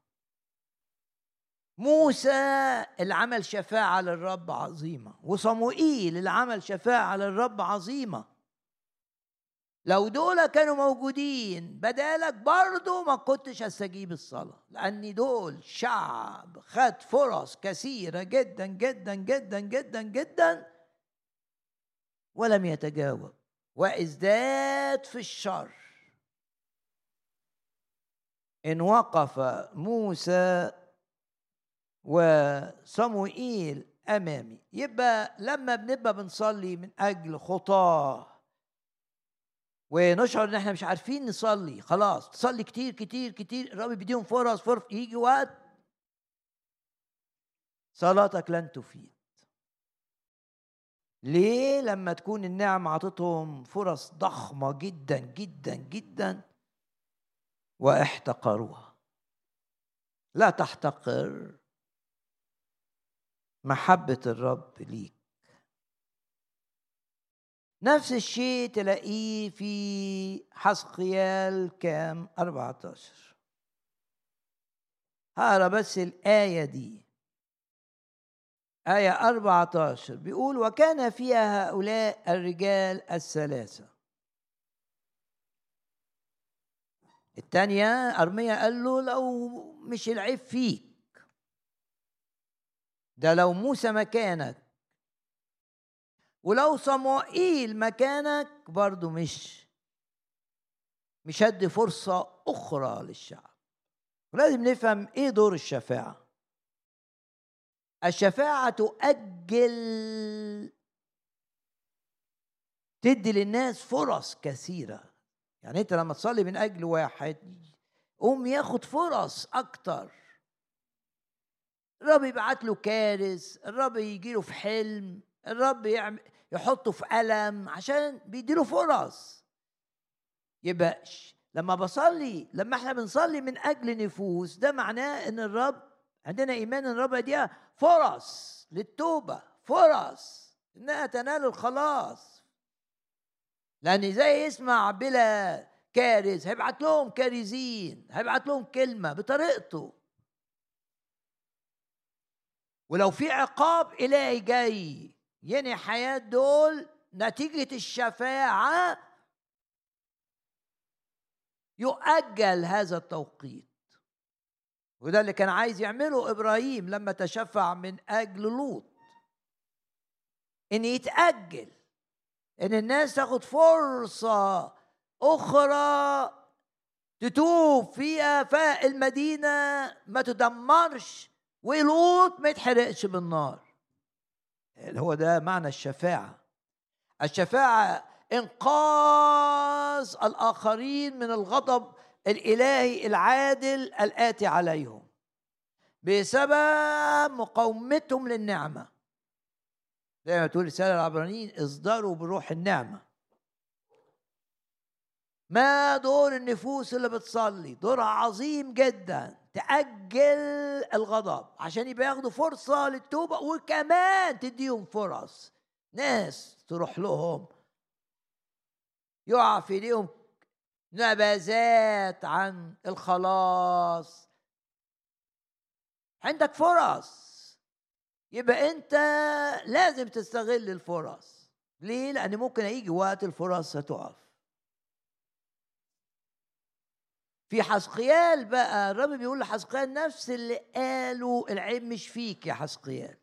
موسى اللي عمل شفاعة للرب عظيمة، وصموئيل اللي عمل شفاعة للرب عظيمة. لو دول كانوا موجودين بدالك برضو ما كنتش هستجيب الصلاة، لأن دول شعب خد فرص كثيرة جدا جدا جدا جدا جدا ولم يتجاوب وازداد في الشر. إن وقف موسى وصموئيل أمامي. يبقى لما بنبقى بنصلي من أجل خطاه ونشعر ان احنا مش عارفين نصلي، خلاص تصلي كتير كتير كتير، الرب بيديهم فرص، يجي وقت صلاتك لن تفيد. ليه؟ لما تكون النعمة عطتهم فرص ضخمة جدا جدا جدا واحتقروها. لا تحتقر محبة الرب ليك. نفس الشيء تلاقيه في حزقيال كام 14. هقرا بس الآية دي، آية 14 بيقول وكان فيها هؤلاء الرجال الثلاثة. الثانية أرميا قال له لو مش العيب فيك، ده لو موسى مكانك ولو صموئيل مكانك برضو مش هدي فرصة أخرى للشعب. ولازم نفهم إيه دور الشفاعة. الشفاعة تؤجل، تدي للناس فرص كثيرة. يعني أنت لما تصلي من أجل واحد قوم ياخد فرص أكتر. الرب يبعت له كارث، الرب يجي له في حلم، الرب يحطه في ألم عشان بيديله فرص. يبقى لما احنا بنصلي من أجل نفوس، ده معناه ان الرب عندنا إيمان ان الرب يديها فرص للتوبة، فرص انها تنال الخلاص. لأن زي يسمع بلا كارث هيبعت لهم كارثين، هيبعت لهم كلمة بطريقته. ولو في عقاب إلهي جاي ينهي حياة دول نتيجة الشفاعة، يؤجل هذا التوقيت. وده اللي كان عايز يعمله إبراهيم لما تشفع من أجل لوط، إن يتأجل، إن الناس تاخد فرصة أخرى تتوب فيها، فالمدينة ما تدمرش ولوط ما يتحرقش بالنار. هو ده معنى الشفاعة. الشفاعة إنقاذ الآخرين من الغضب الإلهي العادل الآتي عليهم بسبب مقاومتهم للنعمة. زي ما تقول رسالة العبرانيين: اصدروا بروح النعمة. ما دور النفوس اللي بتصلي؟ دورها عظيم جدا، تأجل الغضب عشان يبقى ياخدوا فرصة للتوبة، وكمان تديهم فرص ناس تروح لهم يقع في ايديهم نبذات عن الخلاص. عندك فرص، يبقى انت لازم تستغل الفرص. ليه؟ لان ممكن هيجي وقت الفرص هتقف. في حزقيال بقى الرب بيقول لحزقيال نفس اللي قاله: العيب مش فيك يا حزقيال،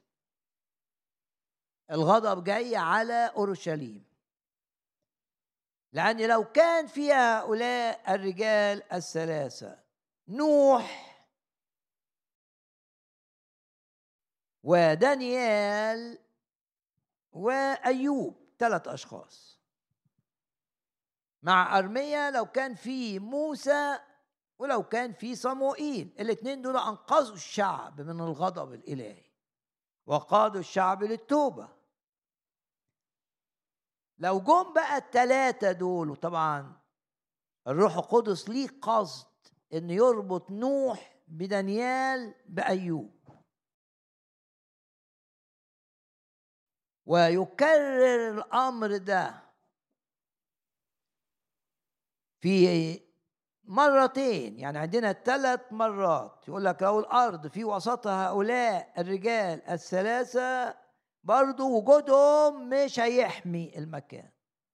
الغضب جاي على اورشليم، لأن لو كان في هؤلاء الرجال الثلاثة نوح ودانيال وأيوب، 3 أشخاص، مع أرميا لو كان في موسى ولو كان في صموئيل، الاثنين دول أنقذوا الشعب من الغضب الإلهي وقادوا الشعب للتوبة. لو جم بقى ال3 دول، وطبعا الروح القدس ليه قصد ان يربط نوح بدانيال بأيوب، ويكرر الأمر ده في مرتين. يعني عندنا 3 مرات يقول لك لو الأرض في وسطها هؤلاء الرجال الثلاثة برضو وجودهم مش هيحمي المكان.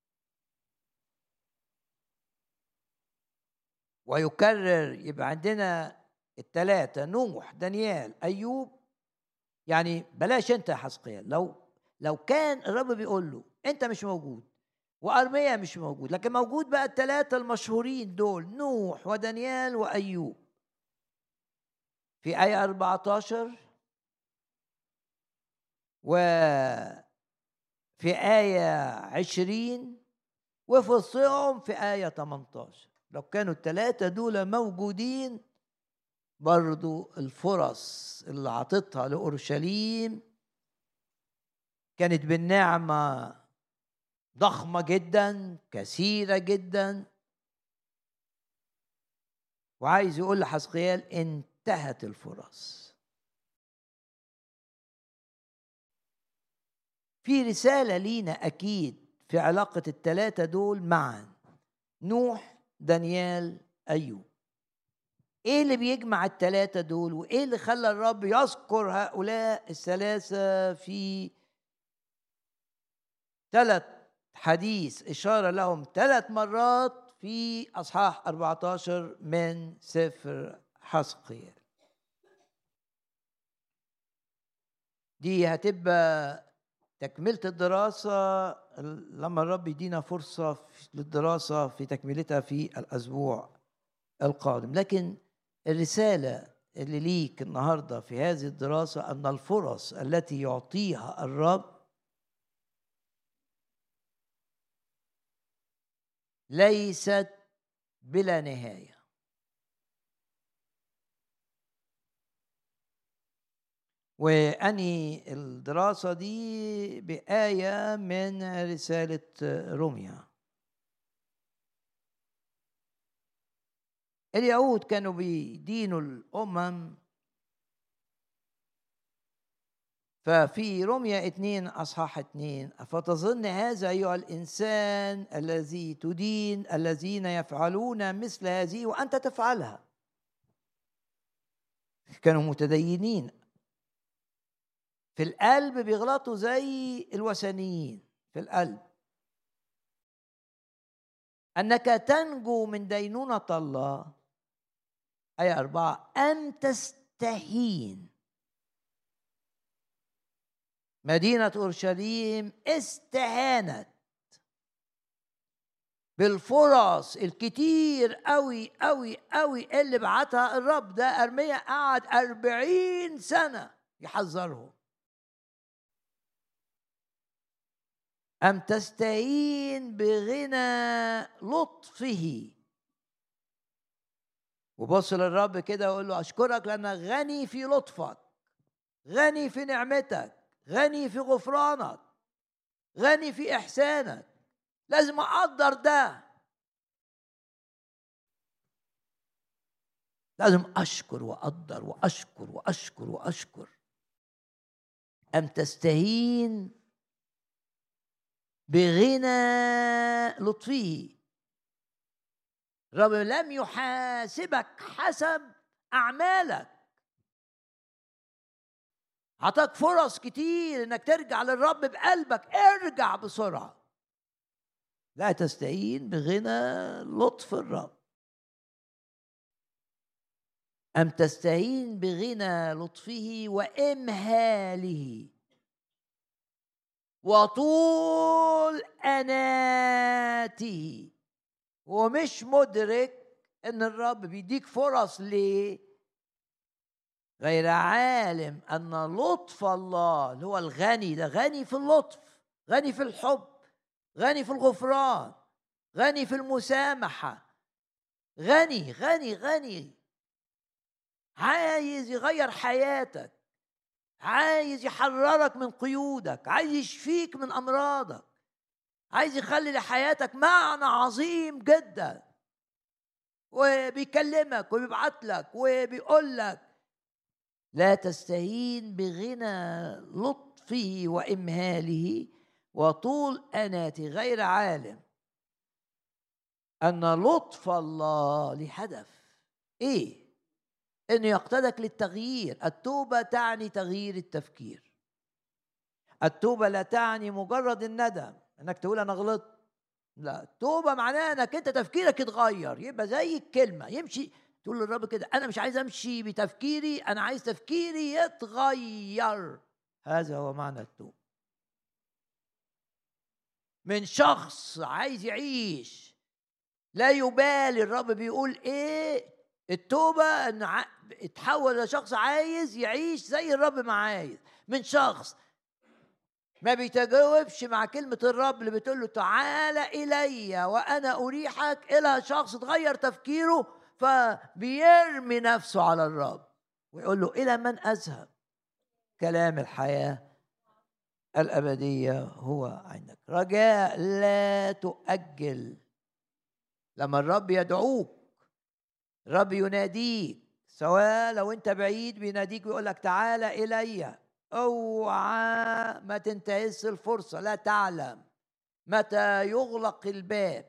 ويكرر، يبقى عندنا ال3: نوح، دانيال، أيوب. يعني بلاش انت يا حزقيال، لو كان الرب بيقول له انت مش موجود وأرميا مش موجود، لكن موجود بقى ال3 المشهورين دول: نوح ودانيال وأيوب. في آية 14 وفي آية 20 وفي وسطهم في آية 18. لو كانوا ال3 دول موجودين، برضو الفرص اللي عطتها لأورشليم كانت بالنعمة ضخمة جدا، كثيرة جدا. وعايز يقول لحزقيال انتهت الفرص. في رسالة لينا أكيد في علاقة ال3 دول معا: نوح، دانيال، أيوب. إيه اللي بيجمع ال3 دول؟ وإيه اللي خلى الرب يذكر هؤلاء ال3 في 3 حديث إشارة لهم 3 مرات في أصحاح 14 من سفر حزقيال؟ دي هتبقى تكملة الدراسة لما الرب يدينا فرصة للدراسة في تكملتها في الأسبوع القادم. لكن الرسالة اللي ليك النهاردة في هذه الدراسة أن الفرص التي يعطيها الرب ليست بلا نهاية. وأني الدراسة دي بآية من رسالة روميا. اليهود كانوا بيدينوا الأمم، ففي روميا 2 أصحاح 2: فتظن هذا أيها الإنسان الذي تدين الذين يفعلون مثل هذه وأنت تفعلها. كانوا متدينين في القلب، بيغلطوا زي الوثنيين في القلب. أنك تنجو من دينونة الله. آية 4: أن تستهين مدينة أورشليم استهانت بالفرص الكتير قوي قوي قوي اللي بعتها الرب. ده أرميا قعد 40 سنة يحذرهم. أم تستهين بغنى لطفه وبص للرب كده وقول له أشكرك لأنك غني في لطفك، غني في نعمتك، غني في غفرانك، غني في إحسانك. لازم أقدر ده، لازم أشكر وأقدر وأشكر وأشكر وأشكر. أم تستهين بغنى لطفه. الرب لم يحاسبك حسب أعمالك، عطاك فرص كتير انك ترجع للرب بقلبك. ارجع بسرعة. لا تستهين بغنى لطف الرب. أم تستهين بغنى لطفه وإمهاله وطول أناته. ومش مدرك ان الرب بيديك فرص ليه؟ غير عالم ان لطف الله اللي هو الغني ده غني في اللطف، غني في الحب، غني في الغفران، غني في المسامحة، غني غني غني. عايز يغير حياتك، عايز يحررك من قيودك، عايز يشفيك من أمراضك، عايز يخلي لحياتك معنى عظيم جدا. وبيكلمك وبيبعت لك وبيقول لك لا تستهين بغنى لطفه وإمهاله وطول أناته، غير عالم أن لطف الله لهدف إيه؟ إنه يقتدك للتغيير. التوبة تعني تغيير التفكير. التوبة لا تعني مجرد الندم، إنك تقول أنا غلطت. لا، التوبة معناها إنك أنت تفكيرك يتغير، يبقى زي الكلمة يمشي. تقول للرب كده أنا مش عايز أمشي بتفكيري، أنا عايز تفكيري يتغير. هذا هو معنى التوبة. من شخص عايز يعيش لا يبالي الرب بيقول إيه، التوبة إن اتحول لشخص عايز يعيش زي الرب ما عايز. من شخص ما بيتجاوبش مع كلمة الرب اللي بتقول له تعال إلي وأنا أريحك، إلى شخص تغير تفكيره فبيرمي نفسه على الرب ويقول له إلى من أذهب؟ كلام الحياة الأبدية هو عندك. رجاء لا تؤجل. لما الرب يدعوك، الرب يناديك، سواء لو أنت بعيد بيناديك ويقول لك تعال إلي. اوعى ما تنتهز الفرصة. لا تعلم متى يغلق الباب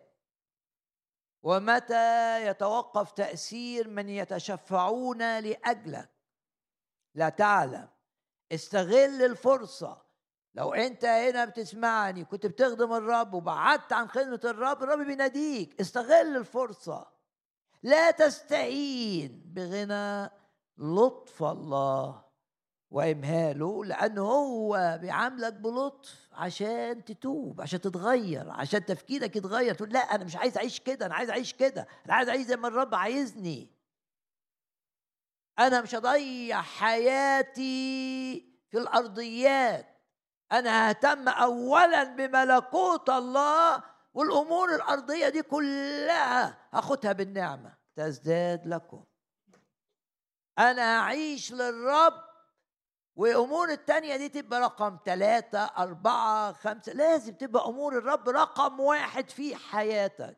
ومتى يتوقف تأثير من يتشفعون لأجلك. لا تعلم. استغل الفرصة. لو انت هنا بتسمعني كنت بتخدم الرب وبعدت عن خدمة الرب، الرب بيناديك استغل الفرصة. لا تستهين بغنى لطف الله وإمهاله، لأنه هو بيعاملك بلطف عشان تتوب، عشان تتغير، عشان تفكيرك يتغير. تقول لا أنا مش عايز أعيش كده، أنا عايز أعيش كده، أنا عايز أعيش زي ما الرب عايزني. أنا مش هضيع حياتي في الأرضيات، أنا ههتم أولا بملكوت الله، والأمور الأرضية دي كلها هاخدها بالنعمة تزداد لكم. أنا أعيش للرب، وأمور التانية دي تبقى رقم 3 4 5. لازم تبقى أمور الرب رقم 1 في حياتك.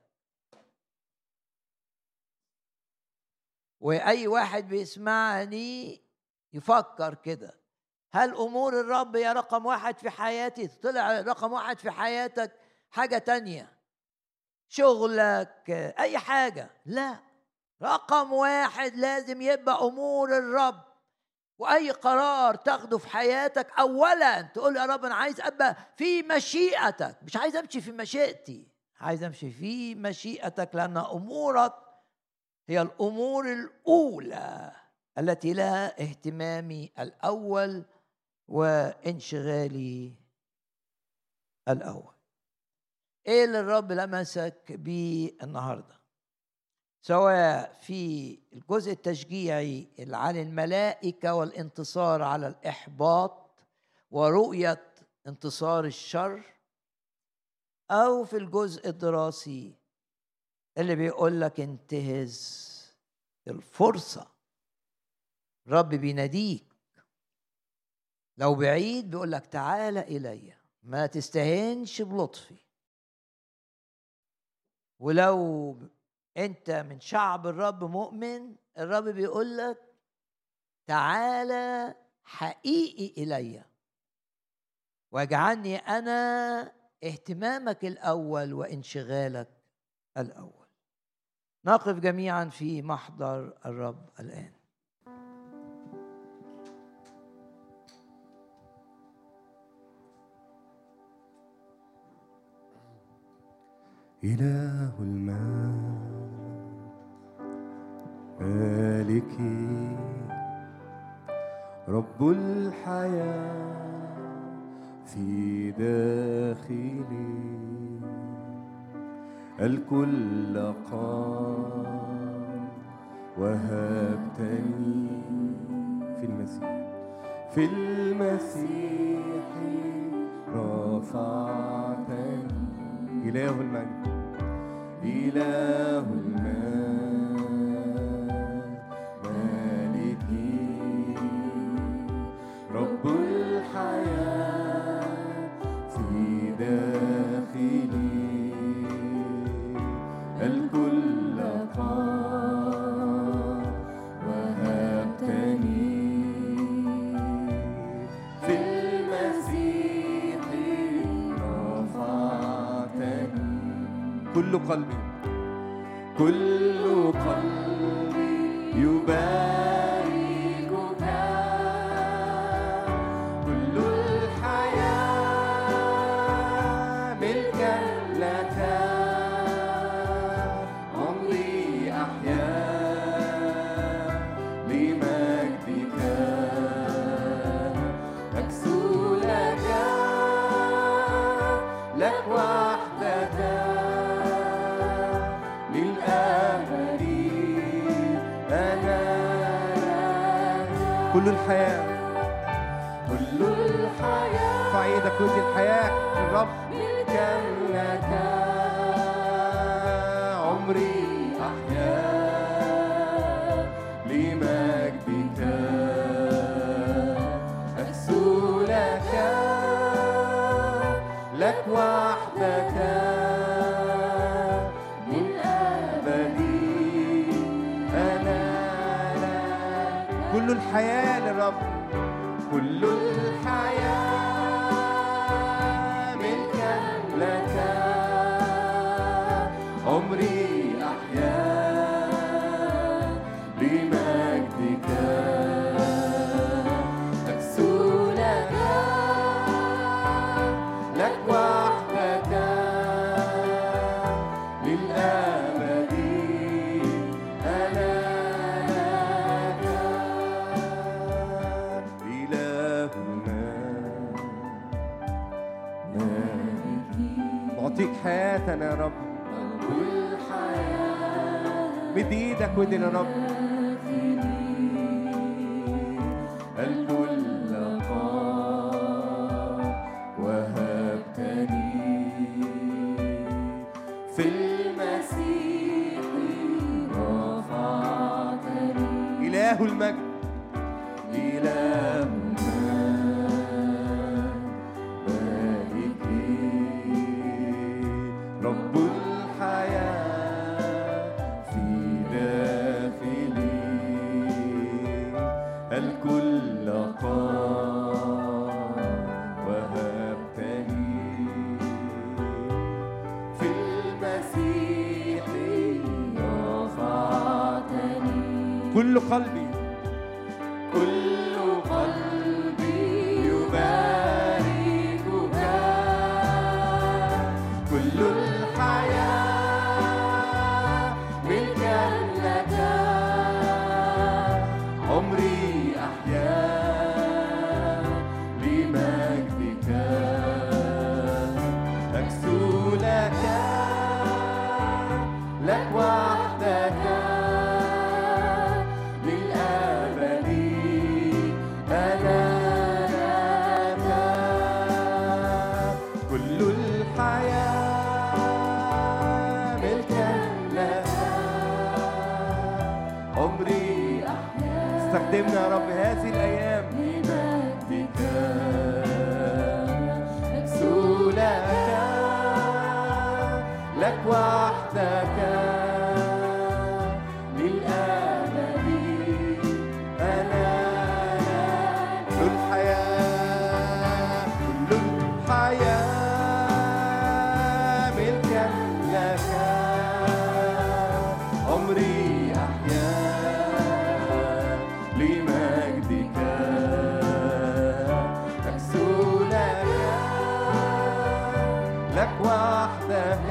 وأي واحد بيسمعني يفكر كده، هل أمور الرب يا رقم 1 في حياتي؟ طلع رقم 1 في حياتك حاجة تانية، شغلك، أي حاجة. لا، رقم 1 لازم يبقى أمور الرب. وأي قرار تاخده في حياتك أولا تقول يا رب أنا عايز أبقى في مشيئتك، مش عايز أمشي في مشيئتي، عايز أمشي في مشيئتك، لأن أمورك هي الأمور الأولى التي لها اهتمامي الأول وانشغالي الأول. إيه اللي الرب لمسك بيه النهارده؟ سواء في الجزء التشجيعي عن الملائكة والانتصار على الإحباط ورؤية انتصار الشر، أو في الجزء الدراسي اللي بيقول لك انتهز الفرصة. الرب بيناديك، لو بعيد بيقول لك تعال إلي، ما تستهينش بلطفي. ولو أنت من شعب الرب مؤمن، الرب بيقول لك تعال حقيقي إلي واجعلني أنا اهتمامك الأول وانشغالك الأول. نقف جميعا في محضر الرب الآن. إله المجد مالكي رب الحياة في داخلي، الكل قام وهبتني في المسيح رفعتني. إله المجد مالكي رب الحياة في داخلي، الكل قام وهبتني في المسيح رفعتني. كل قلبي يباركك، كل الحياة ملكا لك، عمري أحيا لمجدك، أكسو لك وحدك للأبد. أنا كل الحياة فعيدك ودي الحياة الرب ملكا لك، عمري أحيا لمجدك، أكسو لك وحدك للأبد. أنا كل الحياة للرب، كل الحياة ملكا لك، عمري أحيا لمجدك، أكسو لك وحدك للأبد. أنا لك إلهنا مالكي، نعطيك حياتنا يا رب، كل حياة مد ايدك ودنا يا رب، الكل قام وهبتني في المسيح رفعتني. إله المجد مالكي رب الحياة في داخلي، الكل قام وهبتني في المسيح رفعتني. كل قلبي يباركك، كل الحياة ملكا لك، عمري أحيا لمجدك، أكسو لك وحدك للأبد. أنا لك كل الحياة ملكا لك، قدمنا يا رب هذه الأيام لمجدك أكسو لك وحدك للأبد أنا كل الحياة ملكا لك عمري أحيا لمجدك أكسو لك وحدك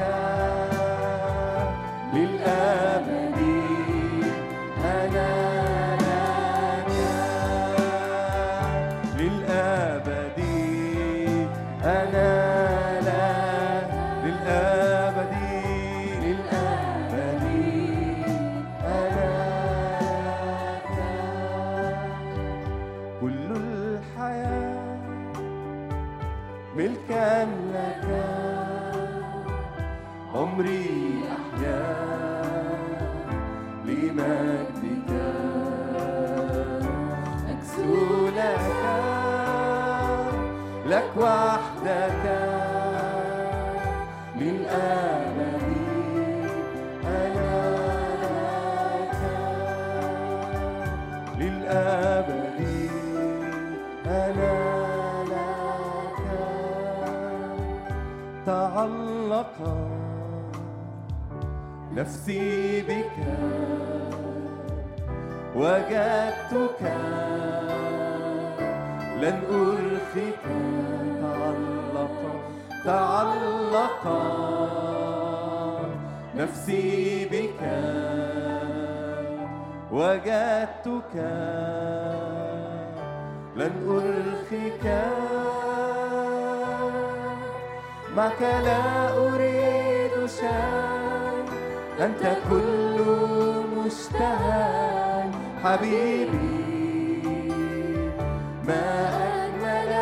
للأبد أنا لك للأبد أنا لك للأبد للأبد أنا لك كل الحياة ملكا لك عمري أحيا لمجدك أكسو لك وحدك للأبد أنا لك للأبد أنا لك تعلق نفسي بك وجدتك لن أرخيك تعلق نفسي بك وجدتك لن أرخيك معك لا أريد شيء أنت كل مشتهى حبيبي ما أجمل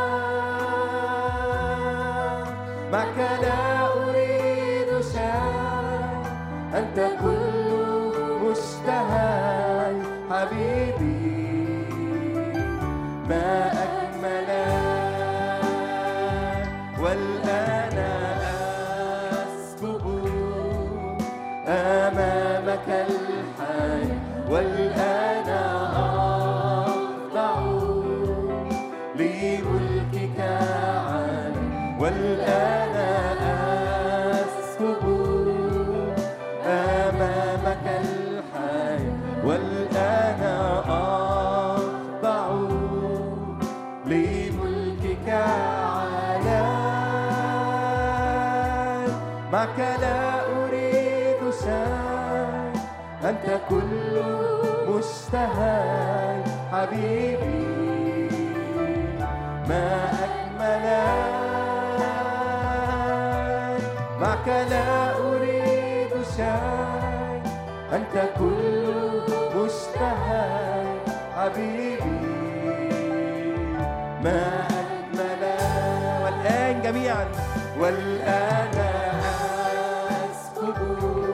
معك لا أريد شيء أنت كل مشتهى حبيبي ما أجمل والآن أسكب أمامك الحي والآن أخضع لملكك عالي والآن أسكب أمامك الحي والآن أخضع لملكك عالي معك لا أريد شيء أنت كل مشتهى حبيبي ما أجمل معك لا أريد شيء أنت كل مشتهى حبيبي ما أجمل والآن جميعا والآن أسكب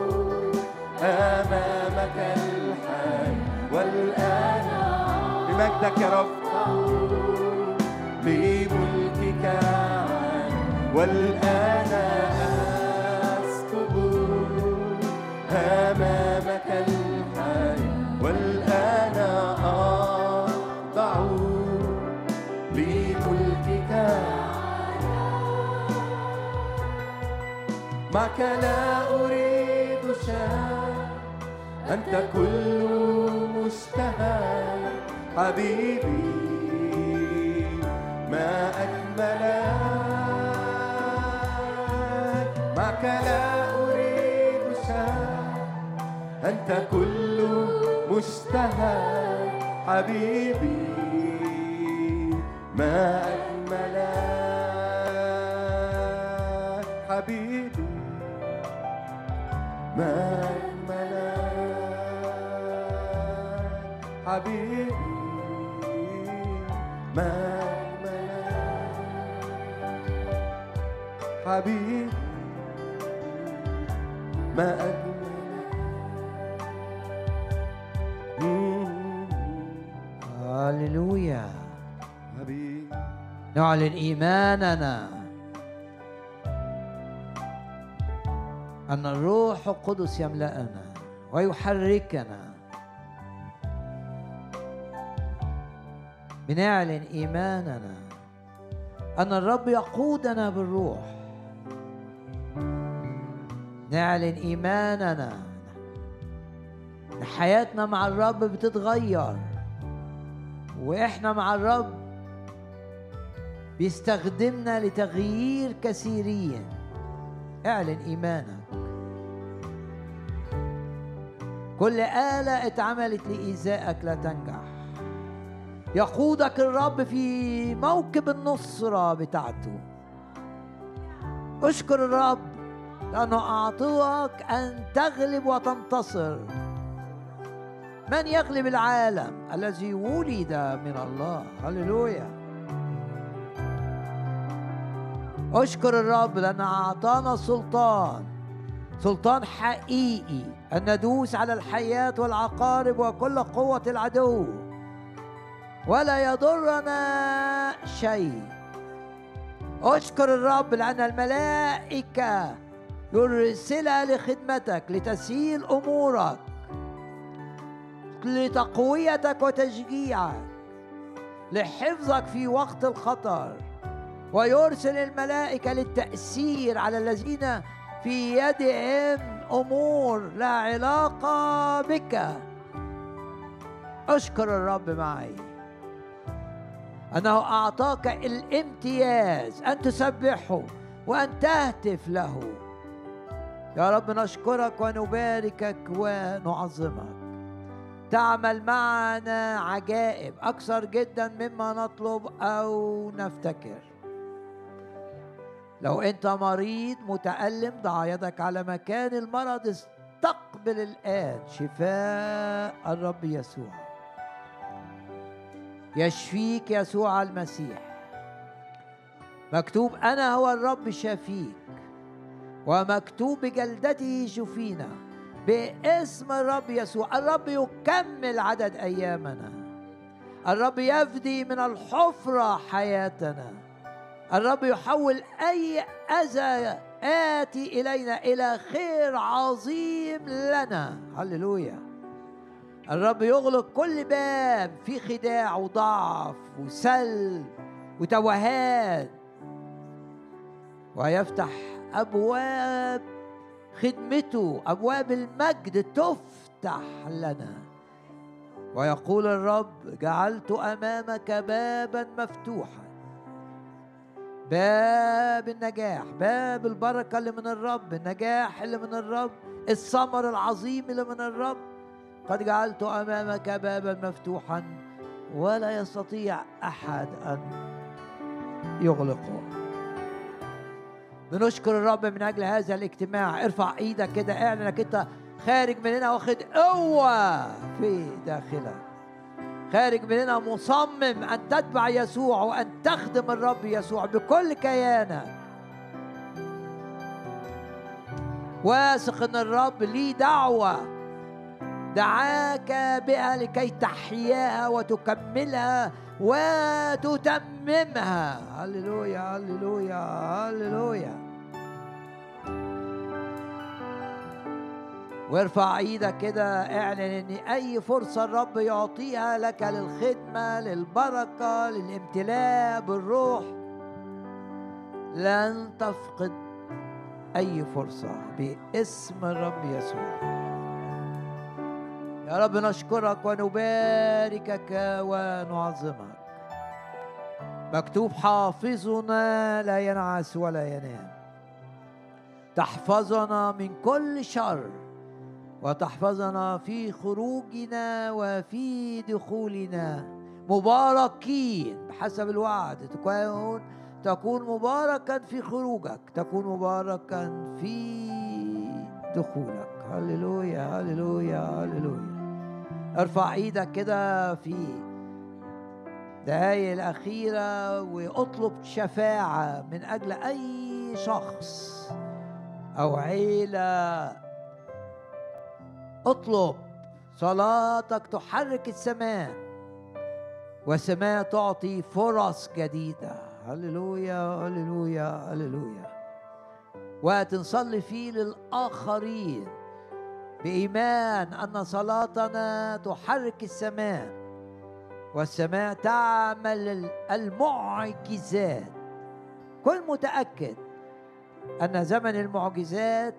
أمامك الحي والآن بمجدك يا رب بملكك والآن أسكب أمامك الحي والآن أخضع لملكك معك لا أريد شيء أنت كل مشتهى حبيبي ما أجملك معك لا أريد شيء أنت كل مشتهى حبيبي ما أجملك حبيبي ما أجملك حبيبي ما أجملك حبيبي ما أجملك نعلن إيماننا أن الروح القدس يملأنا ويحركنا. بنعلن إيماننا أن الرب يقودنا بالروح. نعلن إيماننا حياتنا مع الرب بتتغير، وإحنا مع الرب بيستخدمنا لتغيير كثيرين. اعلن إيمانك. كل آلة اتعملت لإيذائك لا تنجح. يقودك الرب في موكب النصرة بتاعته. اشكر الرب لأنه أعطاك أن تغلب وتنتصر. من يغلب العالم؟ الذي ولد من الله. هللويا. اشكر الرب لأنه أعطانا سلطان حقيقي أن ندوس على الحياة والعقارب وكل قوة العدو ولا يضرنا شيء. اشكر الرب لأن الملائكة يرسلها لخدمتك لتسهيل أمورك، لتقويتك وتشجيعك، لحفظك في وقت الخطر. ويرسل الملائكة للتأثير على الذين في يدهم أمور لا علاقة بك. أشكر الرب معي أنه أعطاك الامتياز أن تسبحه وأن تهتف له. يا رب نشكرك ونباركك ونعظمك. تعمل معنا عجائب أكثر جدا مما نطلب أو نفتكر. لو أنت مريض متألم ضع يدك على مكان المرض. استقبل الآن شفاء الرب يسوع. يشفيك يسوع المسيح. مكتوب أنا هو الرب شافيك، ومكتوب بجلدته شفينا. باسم الرب يسوع. الرب يكمل عدد أيامنا. الرب يفدي من الحفرة حياتنا. الرب يحول أي أذى آتي إلينا إلى خير عظيم لنا. هللويا. الرب يغلق كل باب فيه خداع وضعف وسلب وتوهان، ويفتح أبواب خدمته، أبواب المجد تفتح لنا. ويقول الرب جعلت أمامك بابا مفتوحا، باب النجاح، باب البركة اللي من الرب، النجاح اللي من الرب، الثمر العظيم اللي من الرب. قد جعلت أمامك بابا مفتوحا ولا يستطيع أحد أن يغلقه. بنشكر الرب من أجل هذا الاجتماع. ارفع ايدك كده، اعلن انك انت خارج من هنا واخد قوة في داخلك، خارج من هنا مصمم أن تتبع يسوع وأن تخدم الرب يسوع بكل كيانك. واثق أن الرب ليه دعوة دعاك بها لكي تحياها وتكملها وتتممها. هللويا هللويا هللويا. وارفع ايدك كده، اعلن ان اي فرصة الرب يعطيها لك للخدمة، للبركة، للامتلاء بالروح، لن تفقد اي فرصة باسم الرب يسوع. يا رب نشكرك ونباركك ونعظمك. مكتوب حافظنا لا ينعس ولا ينام، تحفظنا من كل شر وتحفظنا في خروجنا وفي دخولنا. مباركين بحسب الوعد. تكون مباركا في خروجك، تكون مباركا في دخولك. هللويا هللويا هللويا. ارفع ايدك كده في الدقايق الأخيرة واطلب شفاعة من أجل أي شخص أو عيلة. اطلب. صلاتك تحرك السماء، والسماء تعطي فرص جديدة. هللويا هللويا هللويا. وقت نصلي فيه للآخرين بإيمان أن صلاتنا تحرك السماء، والسماء تعمل المعجزات. كن متأكد أن زمن المعجزات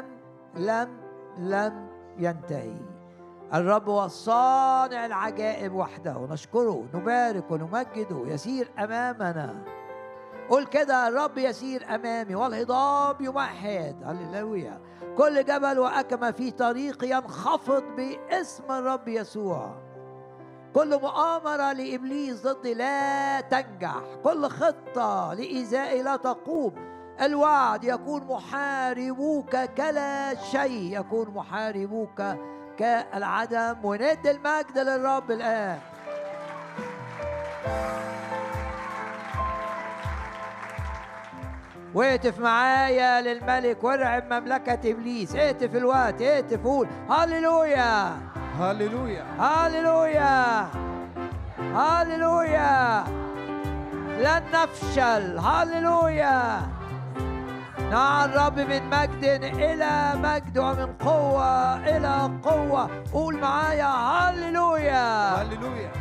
لم ينتهي. الرب هو صانع العجائب وحده، نشكره نبارك ونمجده، يسير أمامنا. قل كده: الرب يسير أمامي والهضاب يمهد. هللويا. كل جبل وأكمة في طريق ينخفض باسم الرب يسوع. كل مؤامرة لإبليس ضدي لا تنجح، كل خطة لإيذائي لا تقوم. الوعد: يكون محاربوك كلا شيء، يكون محاربوك كالعدم. وندي المجد للرب الآن. واهتف معايا للملك وارعب مملكة إبليس. اهتف الوقت، اهتف، قول هللويا هللويا هللويا هللويا. لن نفشل. هللويا. نعم الرب من مجد إلى مجد ومن قوة إلى قوة. قول معايا هللويا هللويا.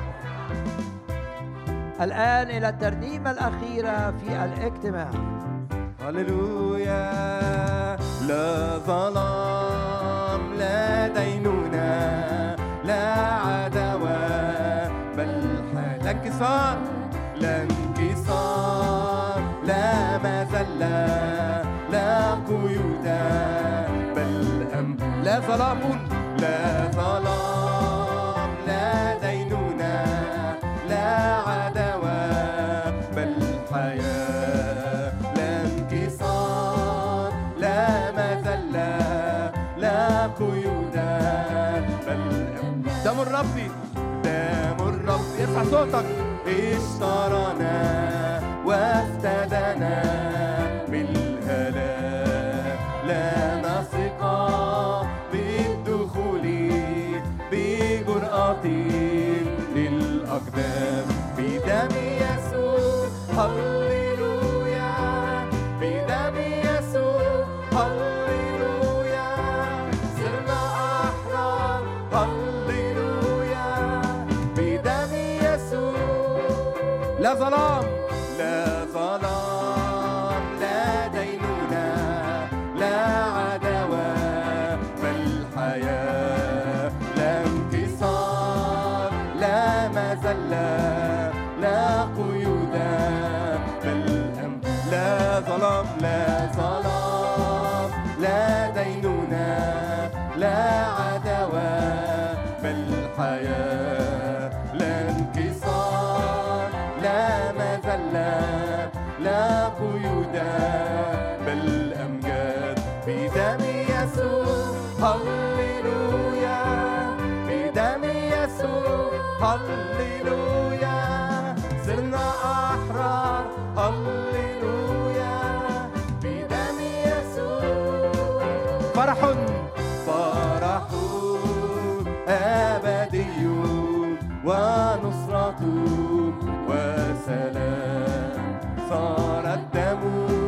الآن إلى الترنيمة الأخيرة في الاجتماع. هللويا. لا ظلام لا دينونة لا عدوى بل لا انكسار، لا انكسار، لا مذلة، لا قيود بل لا ظلام، لا ظلام لا دينونة لا عدوى بل حياة، لا انكسار، لا مذلة، لا قيود بل دم الرب، دم الرب. ارفع صوتك. اشترانا وافتدانا من الهلاك، لا نثق بالدخول بجرأة للأقدام بدم يسوع. هللويا بدم يسوع. هللويا صرنا أحرار. هللويا بدم يسوع. لا ظلام، لا ظلام، لا دينونة، لا عدوى بل حياة، لا انكسار، لا مذلة، لا قيود بل لا ظلام، لا ظلام، لا دينونة، لا عدوى بل حياة، لا انكسار، لا مذلة، لا قيود بل أمجاد بدم يسوع. هللويا بدم يسوع. هللويا صرنا أحرار. هللويا بدم يسوع. فرح فرح أبدي ونصرة وسلام. صار الدم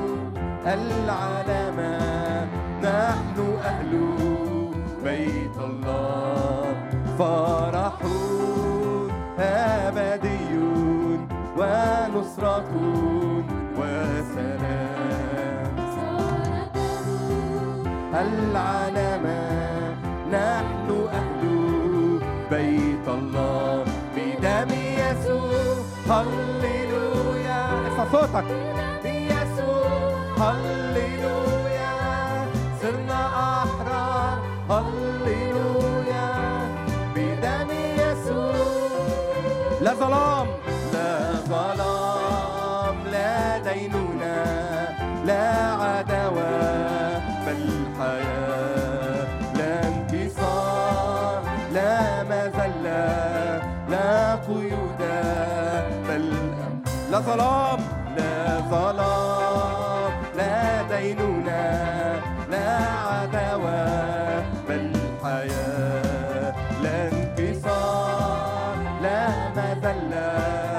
العلامة، نحن أهل بيت الله. فرح أبدي ونصرة وسلام. صار الدم العلامة، نحن أهل بيت الله بدم يسوع. هللويا. ارفع صوتك. بدم يسوع. هللويا صرنا أحرار. هللويا بدم يسوع. لا ظلام، لا ظلام، لا دينونة، لا عدوى بل حياة، لا انكسار، لا مذلة، لا قيود بل لا ظلام، لا ظلام، لا دينونة، لا عدوى بل حياة، لا انكسار، لا مذلة،